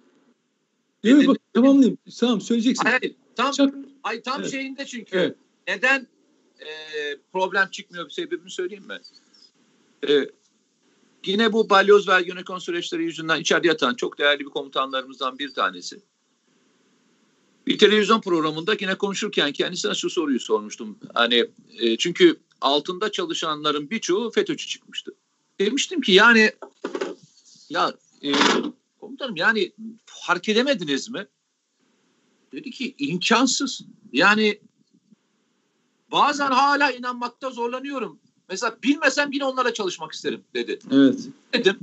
Evet bak tamamlayayım. Tamam söyleyeceksin. Hayır, tam, Çak... ay, tam evet. şeyinde çünkü. Evet. Neden e, problem çıkmıyor bir sebebini söyleyeyim mi? E, yine bu balyoz ve Ergenekon süreçleri yüzünden içeride yatan çok değerli bir komutanlarımızdan bir tanesi. Bir televizyon programında yine konuşurken kendisine şu soruyu sormuştum. Hani e, çünkü altında çalışanların birçoğu FETÖ'cü çıkmıştı. Demiştim ki yani ya e, komutanım yani fark edemediniz mi? Dedi ki imkansız. Yani bazen hala inanmakta zorlanıyorum. Mesela bilmesem yine onlarla çalışmak isterim dedi. Evet. Dedim.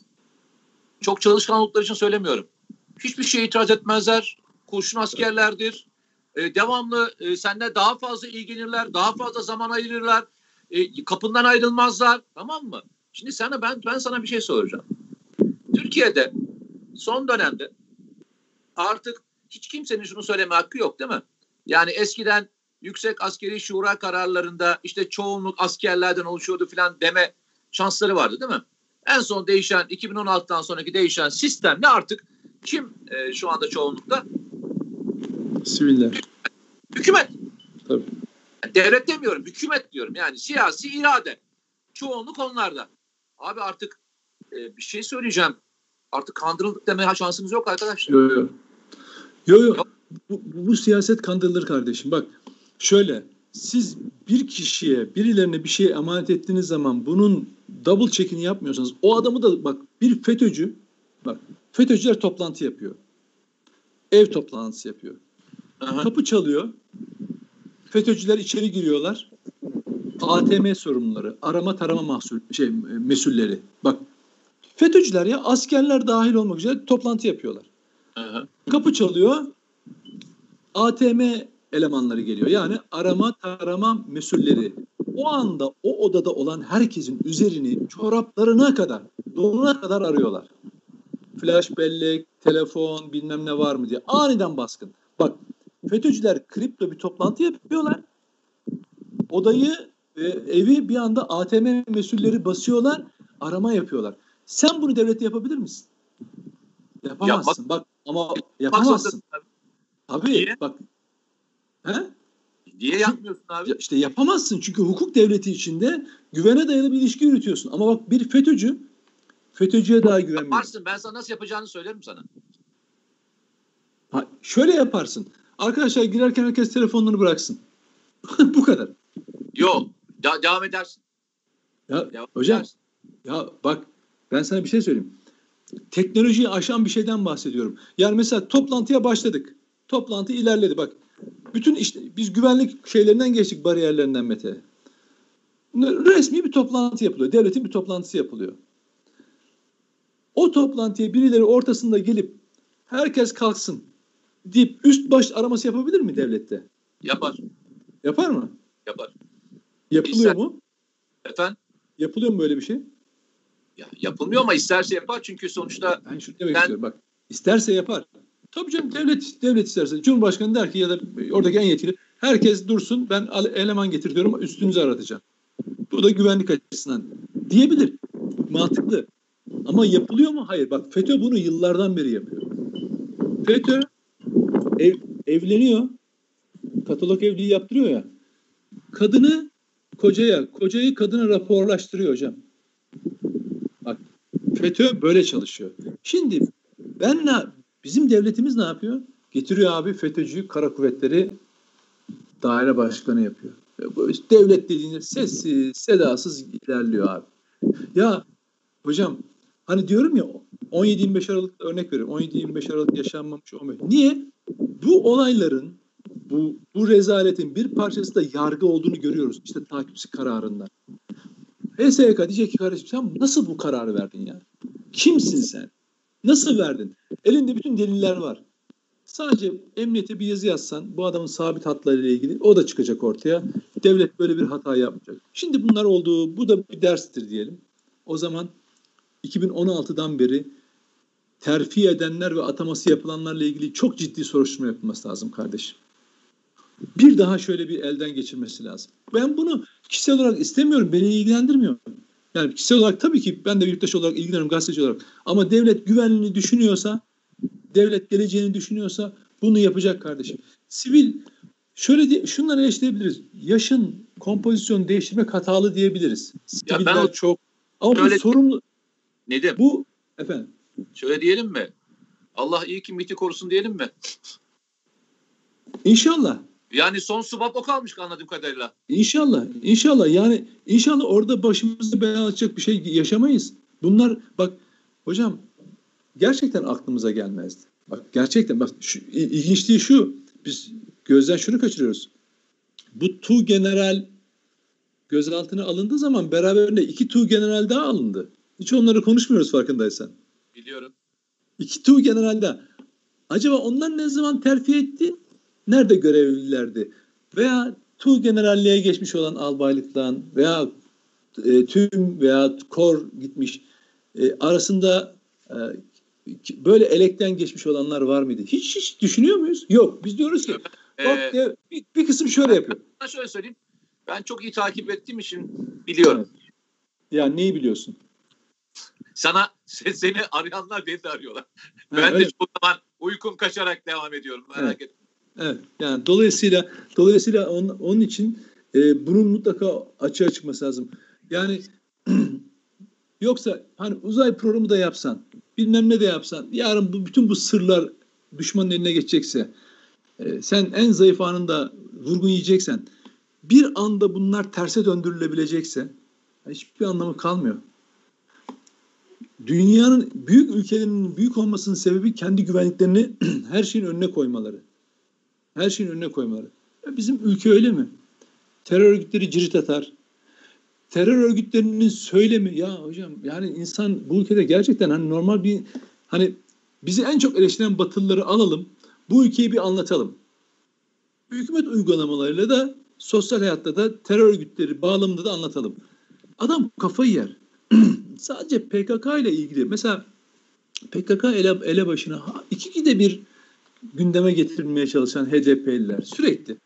Çok çalışkan oldukları için söylemiyorum. Hiçbir şeye itiraz etmezler. Kurşun askerlerdir. Ee, devamlı e, seninle daha fazla ilgilenirler. Daha fazla zaman ayırırlar. E, kapından ayrılmazlar. Tamam mı? Şimdi sana ben ben sana bir şey soracağım. Türkiye'de son dönemde artık hiç kimsenin şunu söyleme hakkı yok değil mi? Yani eskiden Yüksek Askeri Şura kararlarında işte çoğunluk askerlerden oluşuyordu filan deme şansları vardı değil mi? En son değişen iki bin on altıdan sonraki değişen sistemle artık kim e, şu anda çoğunlukta? Siviller. Hükümet. Tabii. Devlet demiyorum, hükümet diyorum. Yani siyasi irade. Çoğunluk onlarda. Abi artık e, bir şey söyleyeceğim. Artık kandırıldık demeye şansımız yok arkadaşlar. Yok yok. Yok yok. Bu, bu, bu siyaset kandırılır kardeşim. Bak şöyle, siz bir kişiye, birilerine bir şey emanet ettiğiniz zaman bunun double check'ini yapmıyorsanız, o adamı da bak bir FETÖ'cü, bak FETÖ'cüler toplantı yapıyor. Ev toplantısı yapıyor. Aha. Kapı çalıyor. FETÖ'cüler içeri giriyorlar. A T M sorumluları, arama tarama mahsul, şey, mesulleri. Bak FETÖ'cüler ya askerler dahil olmak üzere toplantı yapıyorlar. Aha. Kapı çalıyor. A T M elemanları geliyor. Yani arama tarama mesulleri. O anda o odada olan herkesin üzerini çoraplarına kadar, donuna kadar arıyorlar. Flash bellek, telefon bilmem ne var mı diye. Aniden baskın. Bak FETÖ'cüler kripto bir toplantı yapıyorlar. Odayı, e, evi bir anda A T M mesulleri basıyorlar. Arama yapıyorlar. Sen bunu devlette yapabilir misin? Yapamazsın. Yapmak, bak ama yapamazsın. Tabii. Niye? Bak. He? Niye yapmıyorsun abi? İşte yapamazsın. Çünkü hukuk devleti içinde güvene dayalı bir ilişki yürütüyorsun. Ama bak bir FETÖ'cü FETÖ'cüye daha güvenmiyor. Yaparsın. Ben sana nasıl yapacağını söylerim sana. Ha, şöyle yaparsın. Arkadaşlar girerken herkes telefonlarını bıraksın. Bu kadar. Yok. De- devam edersin. Ya devam hocam edersin. Ya bak ben sana bir şey söyleyeyim. Teknolojiyi aşan bir şeyden bahsediyorum. Yani mesela toplantıya başladık. Toplantı ilerledi. Bak bütün işte biz güvenlik şeylerinden geçtik, bariyerlerinden Mete. Resmi bir toplantı yapılıyor. Devletin bir toplantısı yapılıyor. O toplantıya birileri ortasında gelip herkes kalksın deyip üst baş araması yapabilir mi devlette? Yapar. Yapar mı? Yapar. Yapılıyor İster, mu? Efendim? Yapılıyor mu böyle bir şey? Ya, yapılmıyor ama isterse yapar çünkü sonuçta ben şunu demek ben, istiyorum bak. İsterse yapar. Tabii canım devlet devlet isterse. Cumhurbaşkanı der ki ya da oradaki en yetkili herkes dursun ben eleman getir diyorum üstünüzü aratacağım. Bu da güvenlik açısından diyebilir. Mantıklı. Ama yapılıyor mu? Hayır. Bak FETÖ bunu yıllardan beri yapıyor. FETÖ ev, evleniyor. Katalog evliliği yaptırıyor ya. Kadını kocaya, kocayı kadına raporlaştırıyor hocam. Bak FETÖ böyle çalışıyor. Şimdi ben ne, bizim devletimiz ne yapıyor? Getiriyor abi FETÖ'cüyü kara kuvvetleri daire başkanı yapıyor. Devlet dediğinde sessiz, sedasız ilerliyor abi. Ya hocam hani diyorum ya on yedi yirmi beş Aralık'ta örnek veriyorum. on yedi yirmi beş Aralık yaşanmamış. on beş Niye? Bu olayların, bu, bu rezaletin bir parçası da yargı olduğunu görüyoruz. İşte takipçi kararında. H S Y K diyecek ki kardeşim sen nasıl bu kararı verdin ya? Kimsin sen? Nasıl verdin? Elinde bütün deliller var. Sadece emniyete bir yazı yazsan bu adamın sabit hatlarıyla ilgili o da çıkacak ortaya. Devlet böyle bir hata yapmayacak. Şimdi bunlar oldu. Bu da bir derstir diyelim. O zaman iki bin on altıdan beri terfi edenler ve ataması yapılanlarla ilgili çok ciddi soruşturma yapılması lazım kardeşim. Bir daha şöyle bir elden geçirmesi lazım. Ben bunu kişisel olarak istemiyorum. Beni ilgilendirmiyor. Yani kişisel olarak tabii ki ben de yurttaş olarak ilgileniyorum, gazeteci olarak. Ama devlet güvenliğini düşünüyorsa, devlet geleceğini düşünüyorsa bunu yapacak kardeşim. Sivil şöyle diye, şunları eleştirebiliriz. Yaşın kompozisyonu değiştirmek hatalı diyebiliriz. Siviller ya ben o, çok ama şöyle, bu sorumlu Nedim. Bu efendim. Şöyle diyelim mi? Allah iyi ki MİT'i korusun diyelim mi? İnşallah. Yani son subap o kalmış anladığım kadarıyla. İnşallah. İnşallah. Yani inşallah orada başımızda bela açacak bir şey yaşamayız. Bunlar bak hocam gerçekten aklımıza gelmezdi. Bak gerçekten bak şu, ilginçliği şu. Biz gözden şunu kaçırıyoruz. Bu Tu General gözaltına alındığı zaman beraberinde iki Tu General daha alındı. Hiç onları konuşmuyoruz farkındaysan. Biliyorum. İki Tu General daha. Acaba onlar ne zaman terfi etti? Nerede görevlilerdi? Veya Tu Generalliğe geçmiş olan albaylıktan veya e, tüm veya kor gitmiş e, arasında e, böyle elekten geçmiş olanlar var mıydı? Hiç hiç düşünüyor muyuz? Yok. Biz diyoruz ki bak Ee, de, bir, bir kısım şöyle yapıyor. Ben şöyle söyleyeyim. Ben çok iyi takip ettiğim için biliyorum. Evet. Yani neyi biliyorsun? Sana seni arayanlar beni de arıyorlar. Ha, ben öyle. de çoğu zaman uykum kaçarak devam ediyorum. Merak Evet. etme. Evet. Yani dolayısıyla dolayısıyla onun, onun için e, bunun mutlaka açığa çıkması lazım. Yani yoksa hani uzay programı da yapsan, bilmem ne de yapsan, yarın bu bütün bu sırlar düşmanın eline geçecekse, e, sen en zayıf anında vurgun yiyeceksen, bir anda bunlar terse döndürülebilecekse hiçbir anlamı kalmıyor. Dünyanın büyük ülkelerinin büyük olmasının sebebi kendi güvenliklerini her şeyin önüne koymaları. Her şeyin önüne koymaları. Bizim ülke öyle mi? Terör örgütleri cirit atar. Terör örgütlerinin söylemi ya hocam yani insan bu ülkede gerçekten hani normal bir hani bizi en çok eleştiren Batılıları alalım. Bu ülkeyi bir anlatalım. Hükümet uygulamalarıyla da sosyal hayatta da terör örgütleri bağlamında da anlatalım. Adam kafayı yer. Sadece P K K ile ilgili mesela P K K ele, ele başına iki gide bir gündeme getirilmeye çalışan H D P'liler sürekli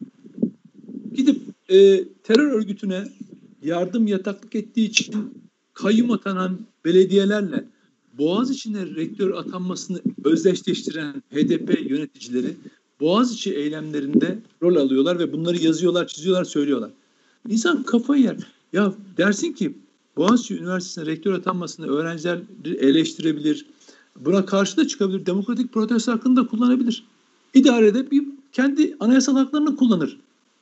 gidip e, terör örgütüne yardım yataklık ettiği için kayyum atanan belediyelerle Boğaziçi'ne rektör atanmasını özdeşleştiren H D P yöneticileri Boğaziçi eylemlerinde rol alıyorlar ve bunları yazıyorlar, çiziyorlar, söylüyorlar. İnsan kafayı yer. Ya dersin ki Boğaziçi Üniversitesi'ne rektör atanmasını öğrenciler eleştirebilir. Buna karşı da çıkabilir. Demokratik protesto hakkını da kullanabilir. İdarede bir kendi anayasal haklarını kullanır.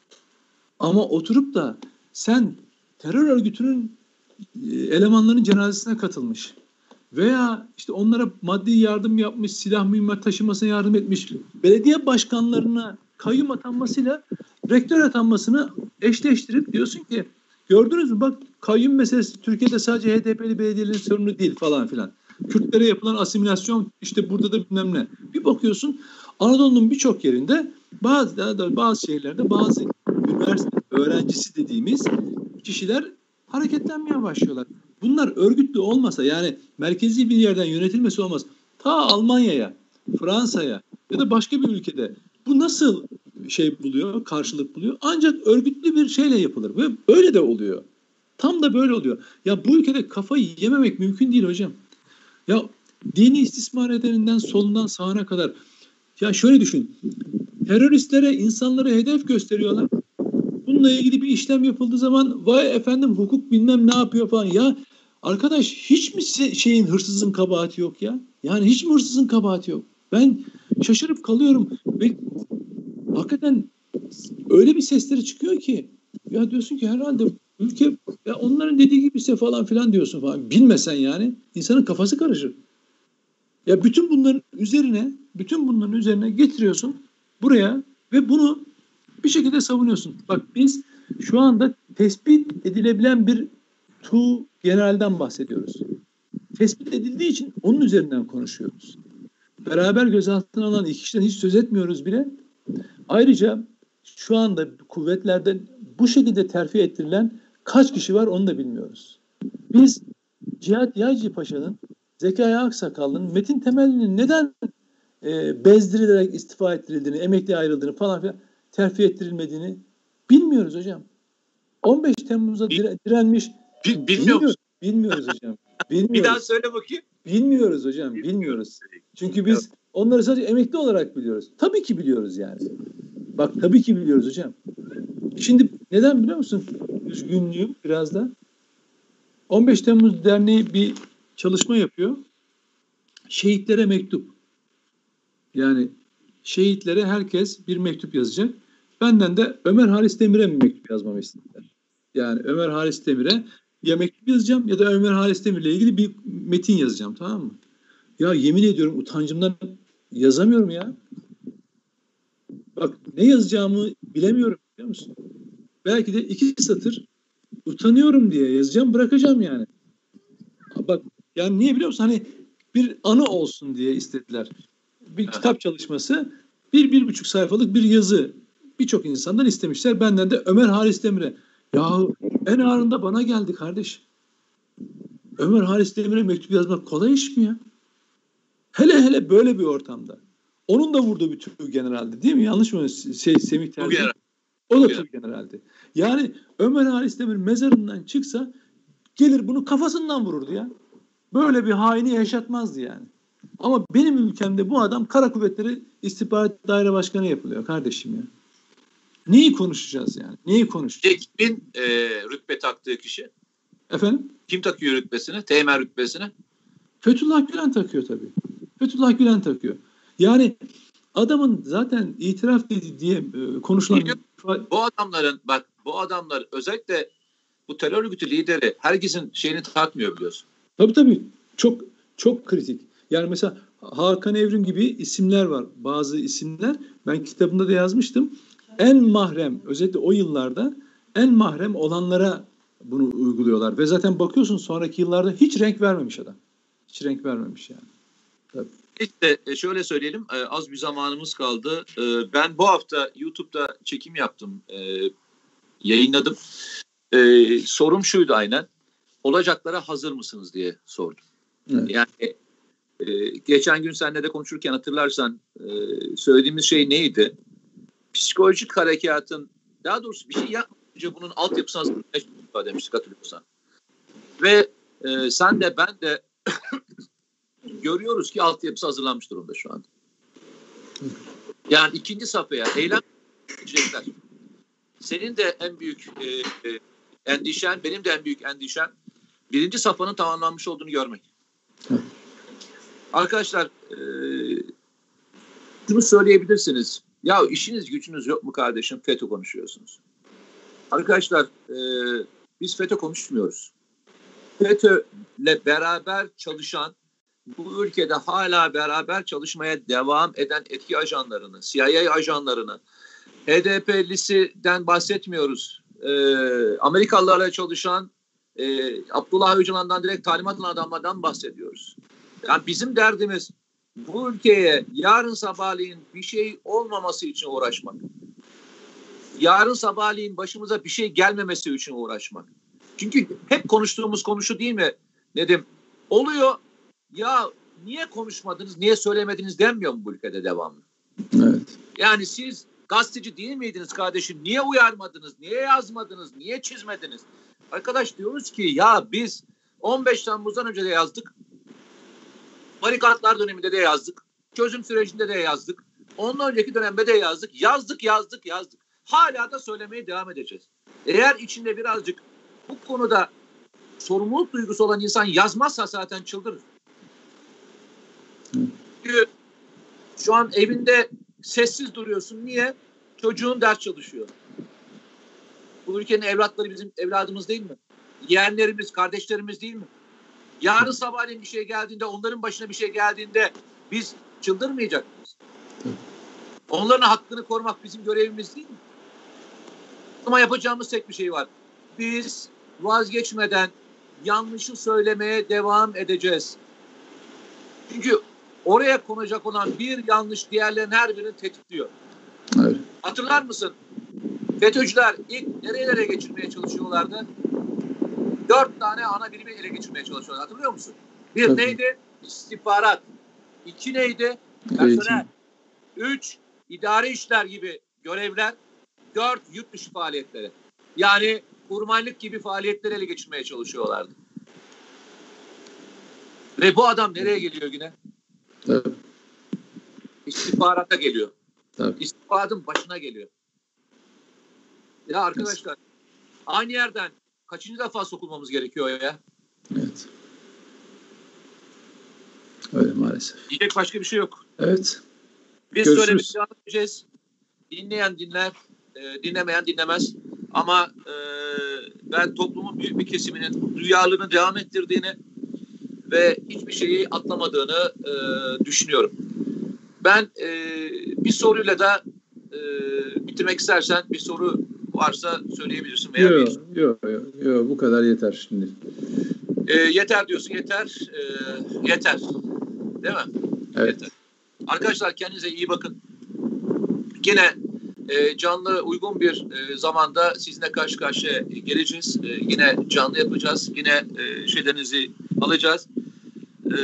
Ama oturup da sen terör örgütünün elemanlarının cenazesine katılmış veya işte onlara maddi yardım yapmış, silah mühimmat taşımasına yardım etmiş belediye başkanlarına kayyum atanmasıyla rektör atanmasını eşleştirip diyorsun ki gördünüz mü bak kayyum meselesi Türkiye'de sadece H D P'li belediyelerin sorunu değil falan filan. Kürtlere yapılan asimilasyon işte burada da bilmem ne. Bir bakıyorsun Anadolu'nun birçok yerinde bazı bazı şehirlerde bazı üniversite öğrencisi dediğimiz kişiler hareketlenmeye başlıyorlar. Bunlar örgütlü olmasa yani merkezi bir yerden yönetilmesi olmaz. Ta Almanya'ya, Fransa'ya ya da başka bir ülkede bu nasıl şey buluyor, karşılık buluyor? Ancak örgütlü bir şeyle yapılır ve böyle de oluyor. Tam da böyle oluyor. Ya bu ülkede kafayı yememek mümkün değil hocam. Ya dini istismar edeninden solundan sağına kadar ya şöyle düşün. Teröristlere insanları hedef gösteriyorlar. Bununla ilgili bir işlem yapıldığı zaman vay efendim hukuk bilmem ne yapıyor falan. Ya arkadaş hiç mi şeyin hırsızın kabahati yok ya? Yani hiç mi hırsızın kabahati yok? Ben şaşırıp kalıyorum ve hakikaten öyle bir sesleri çıkıyor ki ya diyorsun ki herhalde ülke ya onların dediği gibiyse falan filan diyorsun falan. Bilmesen yani insanın kafası karışır. Ya bütün bunların üzerine bütün bunların üzerine getiriyorsun buraya ve bunu bir şekilde savunuyorsun. Bak biz şu anda tespit edilebilen bir Tu General'den bahsediyoruz. Tespit edildiği için onun üzerinden konuşuyoruz. Beraber gözaltına alınan iki kişiden hiç söz etmiyoruz bile. Ayrıca şu anda kuvvetlerden bu şekilde terfi ettirilen kaç kişi var onu da bilmiyoruz. Biz Cihat Yaycı Paşa'nın, Zekai Aksakallı'nın, Metin Temelli'nin neden e, bezdirilerek istifa ettirildiğini, emekliye ayrıldığını falan filan terfi ettirilmediğini bilmiyoruz hocam. on beş Temmuz'a dire, direnmiş. Bil, bilmiyor musun? Bilmiyoruz hocam. Bilmiyoruz. Bir daha söyle bakayım. Bilmiyoruz hocam. Bilmiyoruz. Çünkü biz onları sadece emekli olarak biliyoruz. Tabii ki biliyoruz yani. Bak tabii ki biliyoruz hocam. Şimdi neden biliyor musun? Üzgünlüğüm biraz da. on beş Temmuz Derneği bir çalışma yapıyor. Şehitlere mektup. Yani şehitlere herkes bir mektup yazacak. Benden de Ömer Halis Demir'e bir mektup yazmamı istediler. Yani Ömer Halis Demir'e ya mektup yazacağım ya da Ömer Halis Demir'le ilgili bir metin yazacağım, tamam mı? Ya yemin ediyorum utancımdan yazamıyorum ya. Bak ne yazacağımı bilemiyorum, biliyor musun? Belki de iki satır utanıyorum diye yazacağım, bırakacağım yani. Bak yani niye biliyor musun? Hani bir anı olsun diye istediler. Bir kitap çalışması, bir, bir buçuk sayfalık bir yazı. Birçok insandan istemişler. Benden de Ömer Halis Demir'e. Yahu en ağırında bana geldi kardeş. Ömer Halis Demir'e mektup yazmak kolay iş mi ya? Hele hele böyle bir ortamda. Onun da vurduğu bir tür generaldi değil mi? Yanlış mı? Şey, Semih Terzi. O da tür generaldi. Yani Ömer Halis Demir mezarından çıksa gelir bunu kafasından vururdu ya. Böyle bir haini yaşatmazdı yani. Ama benim ülkemde bu adam Kara Kuvvetleri İstihbarat Daire Başkanı yapılıyor kardeşim ya. Neyi konuşacağız yani? Neyi konuşacağız? Kimin e, rütbe taktığı kişi? Efendim? Kim takıyor rütbesini? Teğmen rütbesini? Fethullah Gülen takıyor tabii. Fethullah Gülen takıyor. Yani adamın zaten itiraf dediği diye e, konuşulan... Bu adamların, bak bu adamlar özellikle bu terör örgütü lideri herkesin şeyini takmıyor biliyorsun. Tabii tabii. Çok çok kritik. Yani mesela Hakan Evrim gibi isimler var. Bazı isimler. Ben kitabımda da yazmıştım. En mahrem, özellikle o yıllarda en mahrem olanlara bunu uyguluyorlar. Ve zaten bakıyorsun sonraki yıllarda hiç renk vermemiş adam. Hiç renk vermemiş yani. Tabii. İşte şöyle söyleyelim, az bir zamanımız kaldı. Ben bu hafta YouTube'da çekim yaptım, yayınladım. Sorum şuydu aynen, olacaklara hazır mısınız diye sordum. Evet. Yani geçen gün seninle de konuşurken hatırlarsan söylediğimiz şey neydi? Psikolojik harekatın, daha doğrusu bir şey yapmayınca bunun altyapısını hazırlamıştık demiştik, hatırlıyorsan. Ve sen de ben de görüyoruz ki altyapısı hazırlanmış durumda şu anda. Yani ikinci safhaya eylem edecekler. Senin de en büyük e, e, endişen, benim de en büyük endişem birinci safhanın tamamlanmış olduğunu görmek. Hı. Arkadaşlar e, şunu söyleyebilirsiniz. Ya işiniz gücünüz yok mu kardeşim? FETÖ konuşuyorsunuz. Arkadaşlar e, biz FETÖ konuşmuyoruz. FETÖ'yle beraber çalışan, bu ülkede hala beraber çalışmaya devam eden etki ajanlarını, C I A ajanlarını, H D P'lisinden bahsetmiyoruz. Ee, Amerikalılarla çalışan e, Abdullah Öcalan'dan direkt talimat alan adamlardan bahsediyoruz. Yani bizim derdimiz bu ülkeye yarın sabahleyin bir şey olmaması için uğraşmak. Yarın sabahleyin başımıza bir şey gelmemesi için uğraşmak. Çünkü hep konuştuğumuz konu şu değil mi Nedim? Oluyor. Ya niye konuşmadınız, niye söylemediniz denmiyor mu bu ülkede devamlı? Evet. Yani siz gazeteci değil miydiniz kardeşim? Niye uyarmadınız, niye yazmadınız, niye çizmediniz? Arkadaş diyoruz ki ya biz on beş Temmuz'dan önce de yazdık. Barikatlar döneminde de yazdık. Çözüm sürecinde de yazdık. Ondan önceki dönemde de yazdık. Yazdık, yazdık, yazdık. Hala da söylemeye devam edeceğiz. Eğer içinde birazcık bu konuda sorumluluk duygusu olan insan yazmazsa zaten çıldırır. Çünkü şu an evinde sessiz duruyorsun. Niye? Çocuğun ders çalışıyor. Bu ülkenin evlatları bizim evladımız değil mi? Yeğenlerimiz, kardeşlerimiz değil mi? Yarın sabahleyin bir şey geldiğinde, onların başına bir şey geldiğinde biz çıldırmayacak mıyız? Onların hakkını korumak bizim görevimiz değil mi? Ama yapacağımız tek bir şey var. Biz vazgeçmeden yanlışı söylemeye devam edeceğiz. Çünkü oraya konacak olan bir yanlış diğerlerinin her birini tetikliyor. Evet. Hatırlar mısın? FETÖ'cüler ilk nerelere geçirmeye çalışıyorlardı? Dört tane ana birimi ele geçirmeye çalışıyorlar. Hatırlıyor musun? Bir Tabii. neydi? İstihbarat. İki neydi? Personel. Üç, idari işler gibi görevler. Dört, yurt dışı faaliyetleri. Yani kurmaylık gibi faaliyetleri ele geçirmeye çalışıyorlardı. Ve bu adam nereye geliyor yine? Tabii. İstihbarata geliyor. Tabii. İstihbaratın başına geliyor. Ya arkadaşlar evet. Aynı yerden kaçıncı defa sokulmamız gerekiyor ya? Evet. Öyle maalesef. Diyecek başka bir şey yok. Evet. Biz Görüşürüz. söylemiş devam edeceğiz. Dinleyen dinler, e, dinlemeyen dinlemez. Ama e, ben toplumun büyük bir kesiminin duyarlılığını devam ettirdiğini ve hiçbir şeyi atlamadığını e, düşünüyorum. Ben e, bir soruyla da e, bitirmek istersen, bir soru varsa söyleyebilirsin. Veya Yok bir... yok yok yo, bu kadar yeter şimdi. E, yeter diyorsun, yeter. E, yeter. Değil mi? Evet. Yeter. Arkadaşlar kendinize iyi bakın. Yine e, canlı uygun bir e, zamanda sizinle karşı karşıya geleceğiz. E, yine canlı yapacağız. Yine e, şeylerinizi alacağız. E,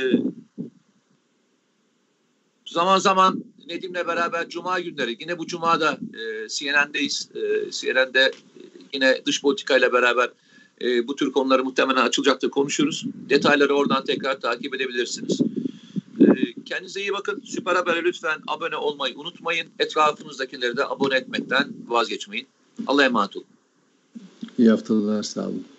zaman zaman Nedim'le beraber Cuma günleri, yine bu Cuma'da e, C N N'deyiz. E, C N N'de yine dış politikayla beraber e, bu tür konuları muhtemelen açılacaktır, konuşuruz. Detayları oradan tekrar takip edebilirsiniz. Kendinize iyi bakın. Süper Haber'e lütfen abone olmayı unutmayın. Etrafınızdakileri de abone etmekten vazgeçmeyin. Allah'a emanet olun. İyi haftalar, sağ olun.